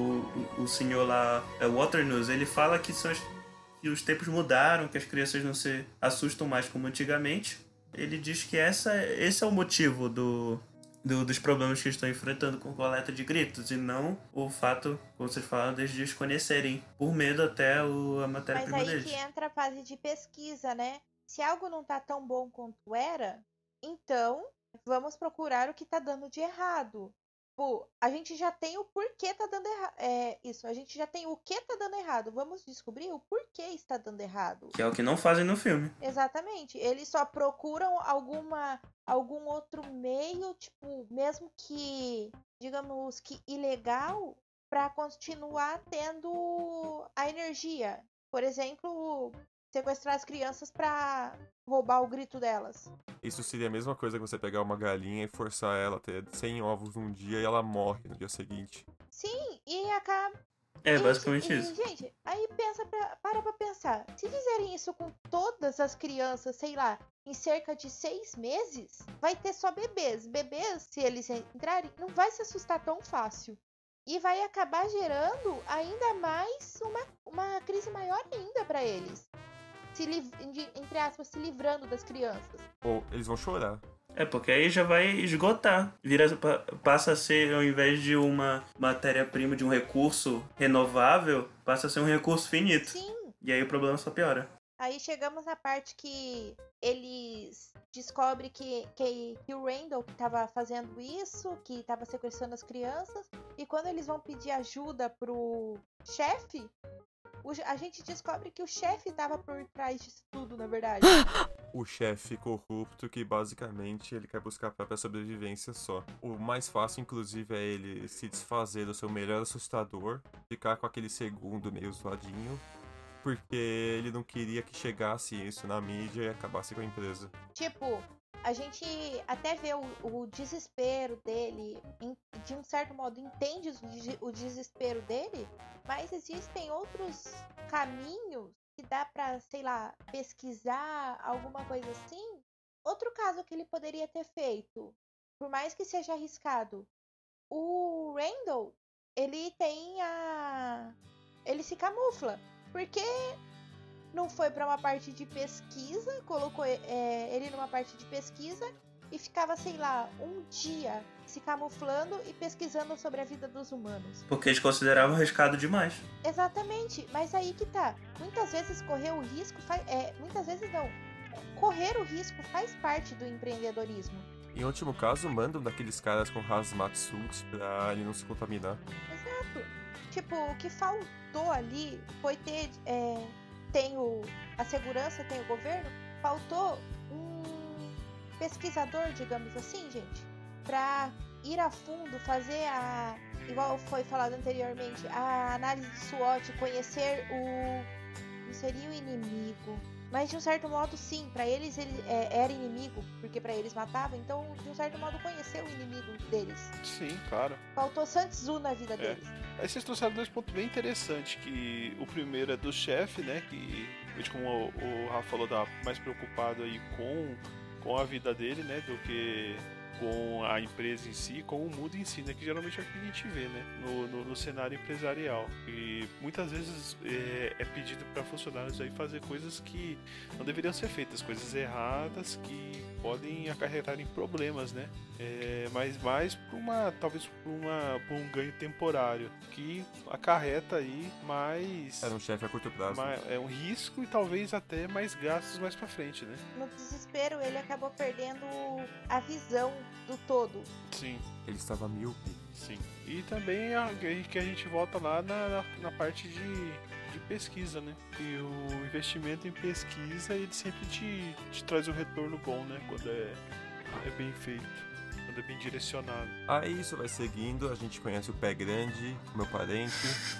o, o senhor lá, Waternoose, ele fala que, são os, que os tempos mudaram, que as crianças não se assustam mais como antigamente. Ele diz que essa, esse é o motivo do, do, dos problemas que estão enfrentando com coleta de gritos, e não o fato, como vocês falam, deles desconhecerem, por medo até o, a matéria-prima deles. deles. Mas aí que entra a fase de pesquisa, né? Se algo não tá tão bom quanto era, então vamos procurar o que tá dando de errado. Tipo, a gente já tem o porquê tá dando errado. É isso, a gente já tem o que tá dando errado. Vamos descobrir o porquê está dando errado. Que é o que não fazem no filme. Exatamente. Eles só procuram alguma, algum outro meio, tipo, mesmo que, digamos que ilegal, para continuar tendo a energia. Por exemplo, sequestrar as crianças para roubar o grito delas. Isso seria a mesma coisa que você pegar uma galinha e forçar ela a ter cem ovos num dia e ela morre no dia seguinte. Sim, e acaba... É, e, basicamente e, isso. Gente, aí pensa pra, para pra pensar. Se fizerem isso com todas as crianças, sei lá, em cerca de seis meses, vai ter só bebês. Bebês, se eles entrarem, não vai se assustar tão fácil. E vai acabar gerando ainda mais uma, uma crise maior ainda para eles. Se, entre aspas, se livrando das crianças. Ou eles vão chorar. É, porque aí já vai esgotar. Vira, passa a ser, ao invés de uma matéria-prima, de um recurso renovável, passa a ser um recurso finito. Sim. E aí o problema só piora. Aí chegamos na parte que eles descobrem que, que, que o Randall que estava fazendo isso, que estava sequestrando as crianças, e quando eles vão pedir ajuda pro chefe, o, a gente descobre que o chefe estava por trás disso tudo, na verdade. O chefe corrupto que basicamente ele quer buscar a própria sobrevivência só. O mais fácil, inclusive, é ele se desfazer do seu melhor assustador, ficar com aquele segundo meio zoadinho, porque ele não queria que chegasse isso na mídia e acabasse com a empresa. Tipo, a gente até vê o, o desespero dele, de um certo modo entende o desespero dele, mas existem outros caminhos que dá pra, sei lá, pesquisar alguma coisa assim. Outro caso que ele poderia ter feito, por mais que seja arriscado, o Randall, ele tem a... ele se camufla. Porque não foi para uma parte de pesquisa, colocou é, ele numa parte de pesquisa e ficava, sei lá, um dia se camuflando e pesquisando sobre a vida dos humanos. Porque eles consideravam arriscado demais. Exatamente, mas aí que tá. Muitas vezes correr o risco faz. É, muitas vezes não. Correr o risco faz parte do empreendedorismo. Em último caso, mandam daqueles caras com hazmat suits pra ele não se contaminar. Exato. Tipo, o que faltou ali foi ter. É, tem o, a segurança, tem o governo. Faltou um pesquisador, digamos assim, gente, pra ir a fundo, fazer a. Igual foi falado anteriormente, a análise de SWOT, conhecer o. Não seria o inimigo. Mas de um certo modo sim, pra eles ele é, era inimigo, porque pra eles matavam, então de um certo modo conhecer o inimigo deles. Sim, claro. Faltou Sun Tzu na vida É. deles. Aí vocês trouxeram dois pontos bem interessantes, que o primeiro é do chefe, né, que, como o, o Rafa falou, tá mais preocupado aí com, com a vida dele, né, do que com a empresa em si, com o mundo em si, né, que geralmente é o que a gente vê, né, no, no, no cenário empresarial. E muitas vezes é, é pedido para funcionários aí fazer coisas que não deveriam ser feitas, coisas erradas que podem acarretar em problemas, né, é, mas mais por uma, talvez por, uma, por um ganho temporário, que acarreta aí mais... Era um chefe a curto prazo. mais- é um risco e talvez até mais gastos mais pra frente, né? No desespero, ele acabou perdendo a visão do todo. Sim. Ele estava míope. Sim. E também a, que a gente volta lá na, na, na parte de, de pesquisa, né? E o investimento em pesquisa, ele sempre te, te traz um retorno bom, né? Quando é, é bem feito, quando é bem direcionado. Aí isso vai seguindo, a gente conhece o Pé Grande, meu parente.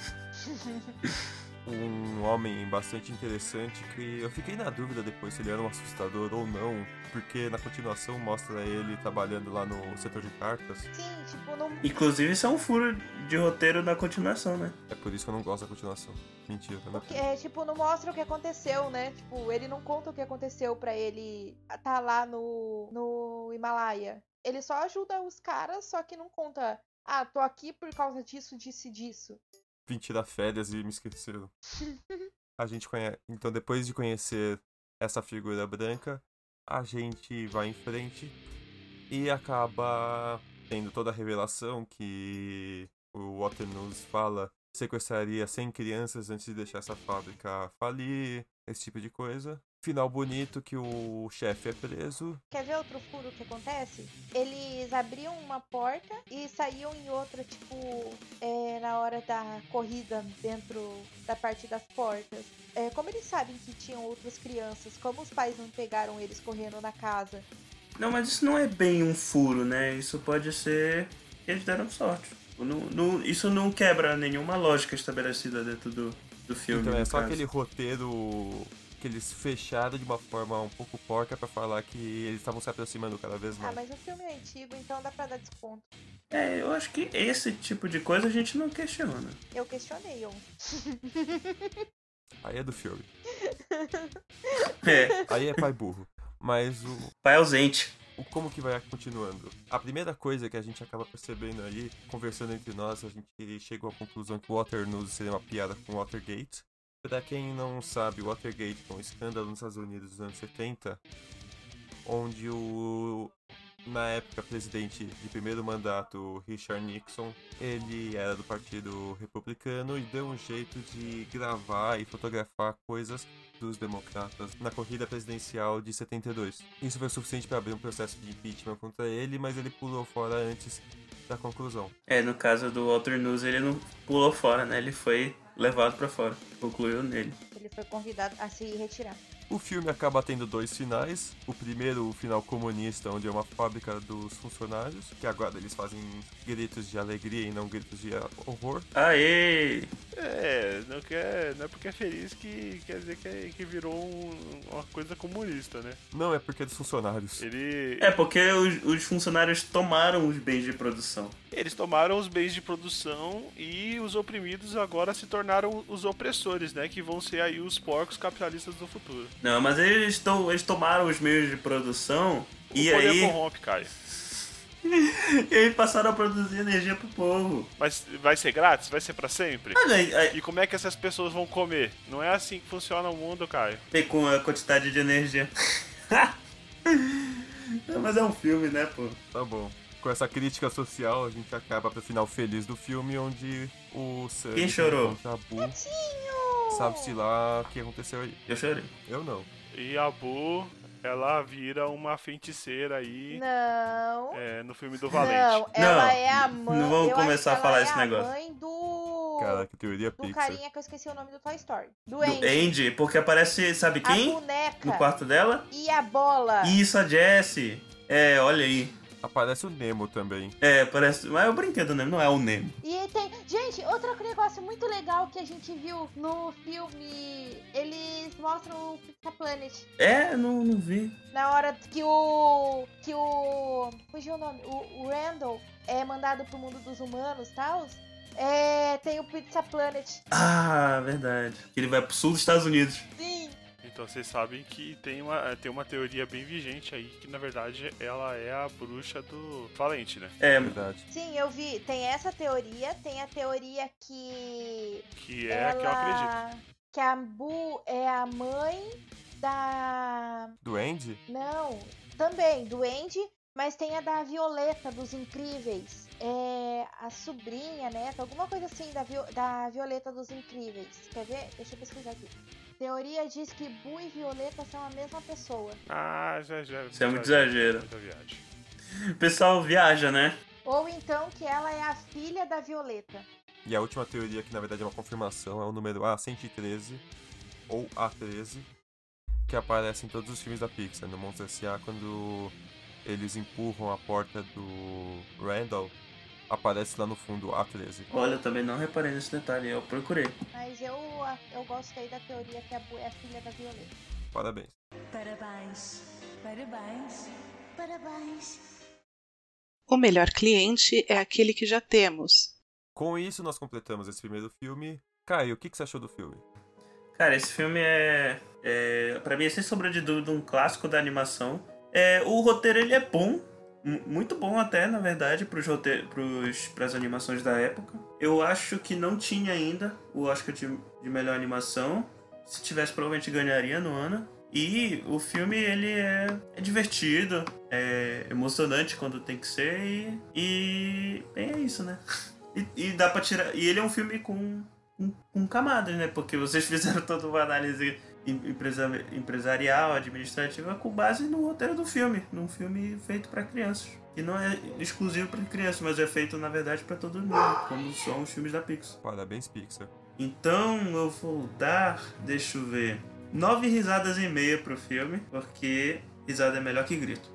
Um homem bastante interessante que eu fiquei na dúvida depois se ele era um assustador ou não, porque na continuação mostra ele trabalhando lá no setor de cartas. Sim, tipo, não. Inclusive, isso é um furo de roteiro na continuação, né? É por isso que eu não gosto da continuação. Mentira, tá? Porque, é, tipo, não mostra o que aconteceu, né? Tipo, ele não conta o que aconteceu pra ele tá lá no, no Himalaia. Ele só ajuda os caras, só que não conta. Ah, tô aqui por causa disso, disso e disso. Vim tirar férias e me esqueceram. A gente conhece. Então, depois de conhecer essa figura branca, a gente vai em frente e acaba tendo toda a revelação que o Waternoose fala sequestraria cem crianças antes de deixar essa fábrica falir, esse tipo de coisa. Final bonito que o chefe é preso. Quer ver outro furo que acontece? Eles abriam uma porta e saíam em outra, tipo, é, na hora da corrida dentro da parte das portas. É, como eles sabem que tinham outras crianças, como os pais não pegaram eles correndo na casa? Não, mas isso não é bem um furo, né? Isso pode ser que eles deram sorte. Não, não, isso não quebra nenhuma lógica estabelecida dentro do, do filme. Então é no só caso. aquele roteiro que eles fecharam de uma forma um pouco porca pra falar que eles estavam se aproximando cada vez Ah, mais. mas o filme é antigo, então dá pra dar desconto. É, eu acho que esse tipo de coisa a gente não questiona. Eu questionei ontem. Aí é do filme. É, Aí é pai burro. Mas o, pai ausente. o como que vai continuando? A primeira coisa que a gente acaba percebendo aí, conversando entre nós, a gente chegou à conclusão que o Waternoose seria uma piada com Watergate. Pra quem não sabe, o Watergate foi um escândalo nos Estados Unidos dos anos setenta, onde o, na época, presidente de primeiro mandato, Richard Nixon, ele era do Partido Republicano e deu um jeito de gravar e fotografar coisas dos democratas na corrida presidencial de setenta e dois. Isso foi suficiente para abrir um processo de impeachment contra ele, mas ele pulou fora antes da conclusão. É, no caso do Waternoose, ele não pulou fora, né? Ele foi levado pra fora. Concluiu nele. Ele foi convidado a se retirar. O filme acaba tendo dois finais. O primeiro, o final comunista, onde é uma fábrica dos funcionários, que agora eles fazem gritos de alegria e não gritos de horror. Aê! É, não, quer, não é porque é feliz que quer dizer que, é- que virou um- uma coisa comunista, né? Não, é porque é dos funcionários. Ele, É, porque os, os funcionários tomaram os bens de produção. Eles tomaram os bens de produção e os oprimidos agora se tornaram os opressores, né? Que vão ser aí os porcos capitalistas do futuro. Não, mas eles, to, eles tomaram os meios de produção O e poder aí, corrompe, Caio. e aí passaram a produzir energia pro povo. Mas vai ser grátis? Vai ser pra sempre? Mas aí, aí, E como é que essas pessoas vão comer? Não é assim que funciona o mundo, Caio. com a quantidade de energia. Mas é um filme, né, pô? Tá bom. Com essa crítica social, a gente acaba pro final feliz do filme, onde o Sam Quem chorou? encontra a Boo. Sabe-se lá o que aconteceu aí. Eu chorei. Eu não. E a Boo, ela vira uma feiticeira aí Não. é, no filme do Valente. Não, ela Não, é a mãe. não vamos eu acho começar que a falar ela esse é negócio. A mãe do. Cara, que teoria do Pixar. carinha que eu esqueci o nome do Toy Story. Do Do Andy. Andy, porque aparece, sabe A quem? boneca. No quarto dela? E a bola. Isso, a Jessie. É, olha aí. Aparece o Nemo também. É, parece. Mas é o brinquedo, né? Não é o Nemo. E tem. Gente, outro negócio muito legal que a gente viu no filme. Eles mostram o Pizza Planet. É, não, não vi. Na hora que o. Que o. Fugiu o nome. O, o Randall é mandado pro mundo dos humanos e tal. É. Tem o Pizza Planet. Ah, verdade. Que ele vai pro sul dos Estados Unidos. Sim. Então vocês sabem que tem uma, tem uma teoria bem vigente aí, que na verdade ela é a bruxa do Valente, né? É, Verdade. Sim, eu vi. Tem essa teoria. Tem a teoria que. Que é ela... a que eu acredito. Que a Boo é a mãe da. Do Andy? Não, também, do Andy, mas tem a da Violeta, dos Incríveis. É a sobrinha, neta, alguma coisa assim da, Vi... da Violeta dos Incríveis. Quer ver? Deixa eu pesquisar aqui. Teoria diz que Boo e Violeta são a mesma pessoa. Ah, já, já. Isso é muito exagero. Muita viagem. o pessoal viaja, né? Ou então que ela é a filha da Violeta. E a última teoria, que na verdade é uma confirmação, é o número A cento e treze, ou A treze, que aparece em todos os filmes da Pixar. No Monstros S A, quando eles empurram a porta do Randall, aparece lá no fundo A treze. Olha, eu também não reparei nesse detalhe, eu procurei. Mas eu, eu gostei da teoria que a Boo é a filha da Violeta. Parabéns. Parabéns, parabéns, parabéns. O melhor cliente é aquele que já temos. Com isso, nós completamos esse primeiro filme. Caio, o que, que você achou do filme? Cara, esse filme é, é pra mim, é sem sombra de dúvida, um clássico da animação. É, o roteiro, ele é bom, m- muito bom até, na verdade, pros rote- pros, pras animações da época. Eu acho que não tinha ainda o Oscar de, de melhor animação. Se tivesse, provavelmente ganharia no ano. E o filme, ele é, é divertido, é emocionante quando tem que ser e, e bem, é isso, né? E, e dá pra tirar. E ele é um filme com, com, com camadas, né? Porque vocês fizeram toda uma análise empresa, empresarial, administrativa, com base no roteiro do filme. Num filme feito pra crianças. Que não é exclusivo pra crianças, mas é feito, na verdade, pra todo mundo. Como são os filmes da Pixar. Parabéns, Pixar. Então eu vou dar, deixa eu ver, nove risadas e meia pro filme, porque risada é melhor que grito.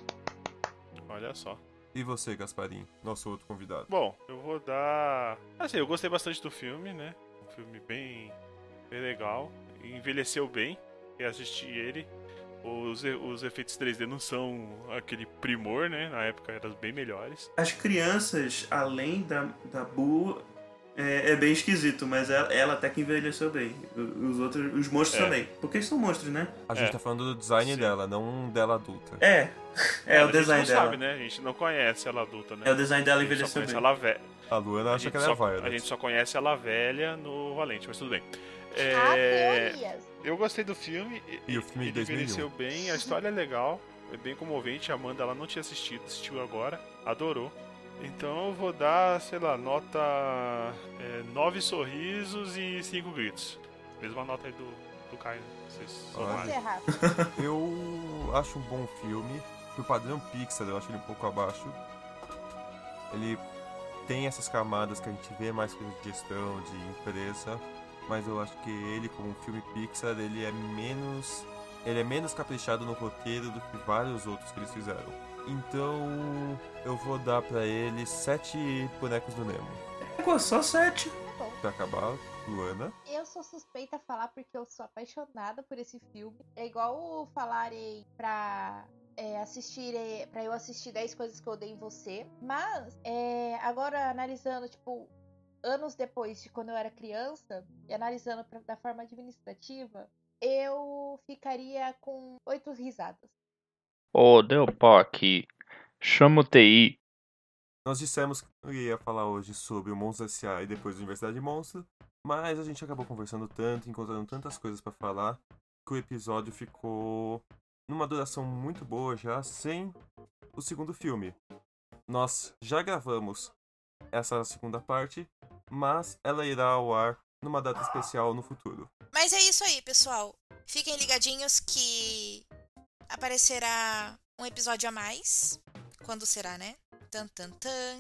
Olha só. E você, Gasparim, nosso outro convidado? Bom, eu vou dar. Assim, eu gostei bastante do filme, né? Um filme bem, bem legal. Envelheceu bem. Eu assisti ele. Os, e- os efeitos três D não são aquele primor, né? Na época eram bem melhores. As crianças, além da, da Boo, é, é bem esquisito, mas ela, ela até que envelheceu bem. O- Os outros, os monstros É. também. Porque eles são monstros, né? A gente É. tá falando do design Sim. dela, não dela adulta. É, é, o a design gente não dela. sabe, né? A gente não conhece ela adulta, né? É o design dela A gente só envelheceu conhece bem. ela velha. A Luana A acha gente, que ela é só, a a Violet. gente só conhece ela velha no Valente, mas tudo bem. Há É, teorias. eu gostei do filme. E o filme de ele dois mil e um. envelheceu bem, a história é legal, é bem comovente. A Amanda ela não tinha assistido, assistiu agora, adorou. Então eu vou dar, sei lá, nota é, nove sorrisos e cinco gritos. Mesma nota aí do, do Caio, né? Vocês Olha. somaram. Você, Rafa. Eu acho um bom filme. Pro padrão Pixar, eu acho ele um pouco abaixo. Ele tem essas camadas que a gente vê mais coisa de gestão, de empresa. Mas eu acho que ele, como um filme Pixar, ele é menos... Ele é menos caprichado no roteiro do que vários outros que eles fizeram. Então, eu vou dar pra ele sete bonecos do Nemo. Pô, só sete. Pra acabar, Luana. Eu sou suspeita a falar porque eu sou apaixonada por esse filme. É igual falarem pra é, assistir, é, pra eu assistir dez coisas que eu odeio em você. Mas, é, agora analisando, tipo, anos depois de quando eu era criança, e analisando pra, da forma administrativa, eu ficaria com oito risadas. Ô, deu pau aqui. Chama o T I. Nós dissemos que eu ia falar hoje sobre o Monstros S A e depois a Universidade de Monstros, mas a gente acabou conversando tanto, encontrando tantas coisas pra falar, que o episódio ficou numa duração muito boa já, sem o segundo filme. Nós já gravamos essa segunda parte, mas ela irá ao ar numa data especial no futuro. Mas é isso aí, pessoal. Fiquem ligadinhos que aparecerá um episódio a mais. Quando será, né? Tan, tan, tan.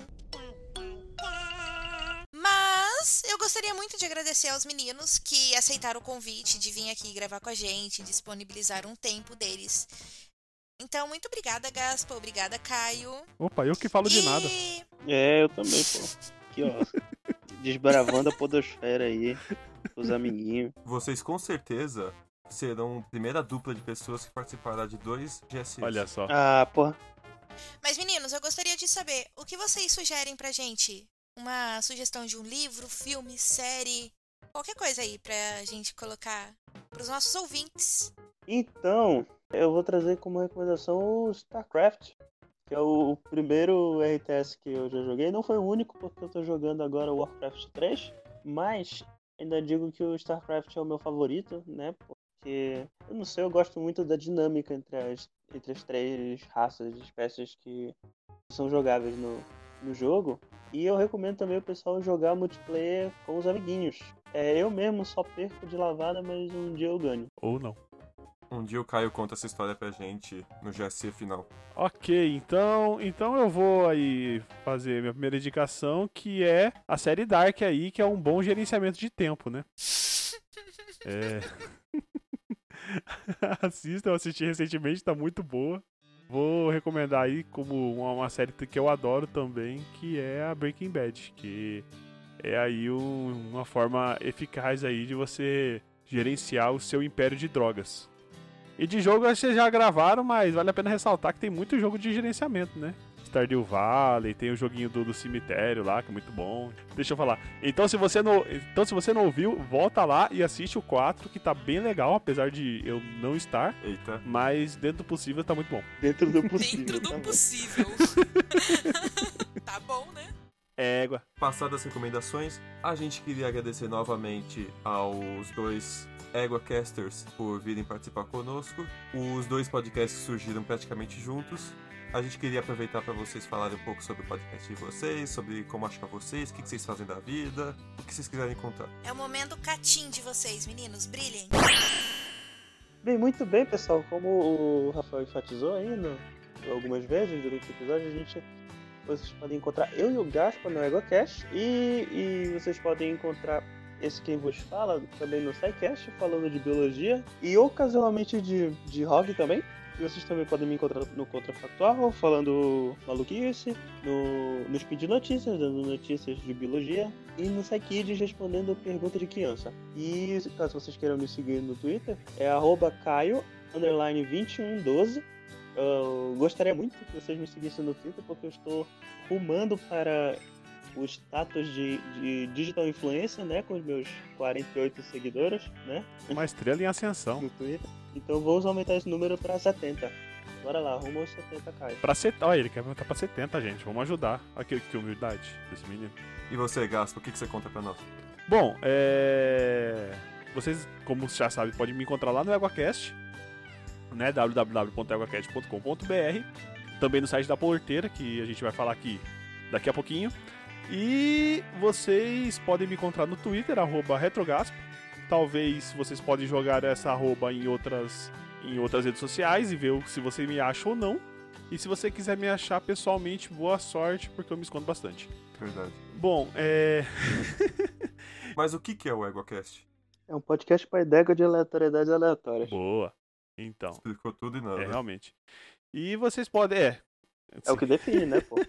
Mas eu gostaria muito de agradecer aos meninos que aceitaram o convite de vir aqui gravar com a gente, disponibilizar um tempo deles. Então, muito obrigada, Gaspa. Obrigada, Caio. Opa, eu que falo e... de nada. É, eu também, pô. Aqui, ó. Desbravando a podosfera aí, os amiguinhos. Vocês com certeza serão a primeira dupla de pessoas que participará de dois G S Is. Olha só. Ah, porra. Mas, meninos, eu gostaria de saber o que vocês sugerem pra gente. Uma sugestão de um livro, filme, série, qualquer coisa aí pra gente colocar pros nossos ouvintes. Então, eu vou trazer como recomendação o StarCraft, que é o primeiro R T S que eu já joguei. Não foi o único, porque eu tô jogando agora o Warcraft três, mas ainda digo que o StarCraft é o meu favorito, né? Porque, eu não sei, eu gosto muito da dinâmica entre as, entre as três raças, espécies que são jogáveis no, no jogo. E eu recomendo também o pessoal jogar multiplayer com os amiguinhos. É, eu mesmo só perco de lavada, mas um dia eu ganho. Ou não. Um dia o Caio conta essa história pra gente no G S final. Ok, então, então eu vou aí fazer minha primeira indicação, que é a série Dark aí, que é um bom gerenciamento de tempo, né? É... Assista, eu assisti recentemente, tá muito boa. Vou recomendar aí como uma, uma série que eu adoro também, que é a Breaking Bad, que é aí um, uma forma eficaz aí de você gerenciar o seu império de drogas. E de jogo acho que vocês já gravaram, mas vale a pena ressaltar que tem muito jogo de gerenciamento, né? Stardew Valley, tem o joguinho do, do cemitério lá, que é muito bom. Deixa eu falar. Então se você não, então, se você não ouviu, volta lá e assiste o quatro, que tá bem legal, apesar de eu não estar. Eita. Mas dentro do possível tá muito bom. Dentro do possível. Dentro do tá possível. Tá bom, né? Égua. Passadas as recomendações, a gente queria agradecer novamente aos dois EguaCasters por virem participar conosco. Os dois podcasts surgiram praticamente juntos. A gente queria aproveitar para vocês falarem um pouco sobre o podcast de vocês, sobre como achar vocês, o que vocês fazem da vida, o que vocês quiserem contar. É o momento catim de vocês, meninos. Brilhem. Bem, muito bem, pessoal. Como o Rafael enfatizou aí no, algumas vezes durante o episódio, a gente, vocês podem encontrar eu e o Gaspa no EgoCast e, e vocês podem encontrar esse quem vos fala também no SciCast, falando de biologia e ocasionalmente de, de rock também. E vocês também podem me encontrar no Contrafactual, falando maluquice, no, no Speed Notícias, dando notícias de biologia, e no SciKids respondendo pergunta de criança. E caso vocês queiram me seguir no Twitter, é arroba caio, underline vinte e um doze. Eu gostaria muito que vocês me seguissem no Twitter, porque eu estou rumando para o status de, de Digital Influencer, né, com os meus quarenta e oito seguidoras, né? Uma estrela em ascensão. No Twitter. Então vamos aumentar esse número para setenta. Bora lá, rumo aos setenta, Caio. Pra setenta, olha, ele quer aumentar pra setenta, gente. Vamos ajudar. Aqui, que humildade desse menino. E você, Gaspa, o que, que você conta pra nós? Bom, é... vocês, como já sabem, podem me encontrar lá no EguaCast, né? w w w ponto eguacast ponto com ponto b r. Também no site da Porteira, que a gente vai falar aqui daqui a pouquinho. E vocês podem me encontrar no Twitter, arroba retrogaspa. Talvez vocês podem jogar essa arroba em outras, em outras redes sociais e ver se você me acha ou não. E se você quiser me achar pessoalmente, boa sorte, porque eu me escondo bastante. Verdade. Bom, é... Mas o que, que é o EguaCast? É um podcast para ideia de aleatoriedades aleatórias. Boa. Então. Explicou tudo e nada. É, realmente. E vocês podem... É, é o que define, né, pô?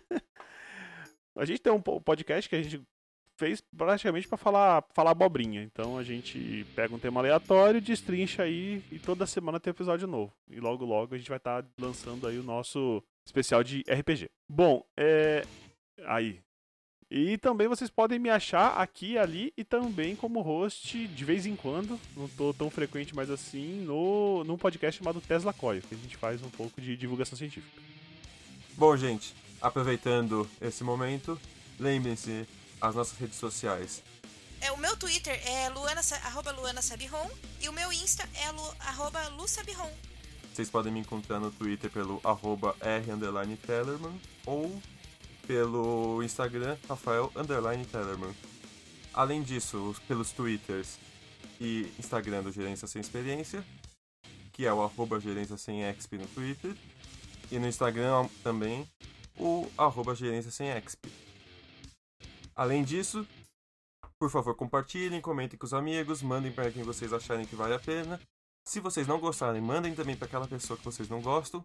A gente tem um podcast que a gente fez praticamente pra falar, falar abobrinha. Então a gente pega um tema aleatório, destrincha aí e toda semana tem episódio novo. E logo logo a gente vai estar tá lançando aí o nosso especial de R P G. Bom, é... aí. E também vocês podem me achar aqui, ali e também como host de vez em quando, não tô tão frequente mais assim, no, num podcast chamado Tesla Coil, que a gente faz um pouco de divulgação científica. Bom, gente, aproveitando esse momento, lembrem-se as nossas redes sociais. É, o meu Twitter é luana, arroba luana sabiron e o meu Insta é lu, arroba lusabiron. Vocês podem me encontrar no Twitter pelo arroba R underline Tellerman ou pelo Instagram Rafael underline Tellerman. Além disso, pelos Twitters e Instagram do Gerência Sem Experiência, que é o arroba Gerência Sem Exp no Twitter, e no Instagram também o arroba Gerência Sem Exp. Além disso, por favor, compartilhem, comentem com os amigos, mandem para quem vocês acharem que vale a pena. Se vocês não gostarem, mandem também para aquela pessoa que vocês não gostam.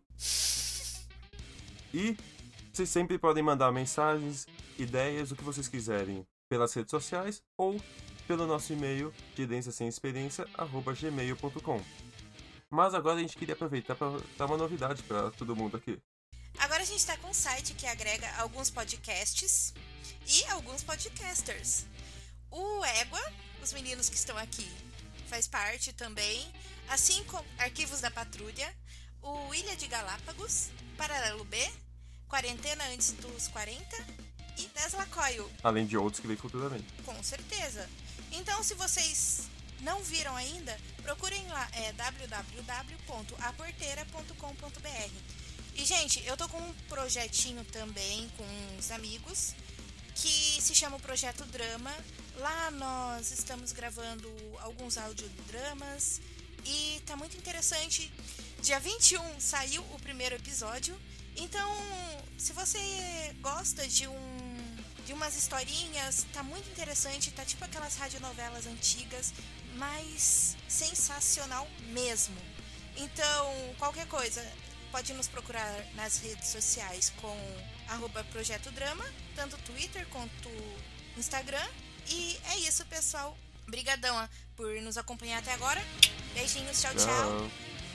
E vocês sempre podem mandar mensagens, ideias, o que vocês quiserem pelas redes sociais ou pelo nosso e-mail gerência sem experiência arroba gmail ponto com. Mas agora a gente queria aproveitar para dar uma novidade para todo mundo aqui. Agora a gente está com um site que agrega alguns podcasts e alguns podcasters. O Égua, os meninos que estão aqui, faz parte também, assim como Arquivos da Patrulha, o Ilha de Galápagos, Paralelo B, Quarentena Antes dos quarenta e Tesla Coil. Além de outros que vem futuramente. Com certeza. Então, se vocês não viram ainda, procurem lá, é w w w ponto a porteira ponto com ponto b r. E, gente, eu tô com um projetinho também com uns amigos que se chama o Projeto Drama. Lá nós estamos gravando alguns audiodramas e tá muito interessante. Dia vinte e um saiu o primeiro episódio. Então, se você gosta de um de umas historinhas, tá muito interessante, tá tipo aquelas radionovelas antigas, mas sensacional mesmo. Então, qualquer coisa, pode nos procurar nas redes sociais com arroba Projeto Drama, tanto Twitter quanto Instagram. E é isso, pessoal. Obrigadão por nos acompanhar até agora. Beijinhos, tchau, tchau. Tchau.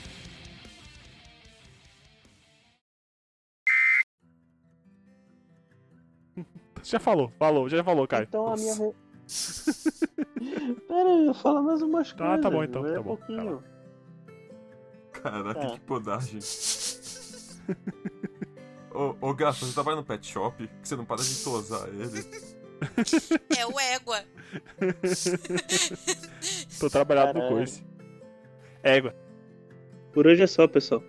Já falou, falou, já falou, Caio. Então a minha... Re... Pera aí, eu falo mais umas coisas. Ah, tá bom então, é tá bom. pouquinho. Caraca, Tá. que podagem. Ô, ô Gato, você trabalha no pet shop? Que você não para de tosar ele. É o Égua. Tô trabalhado no Caralho. coice. Égua. Por hoje é só, pessoal.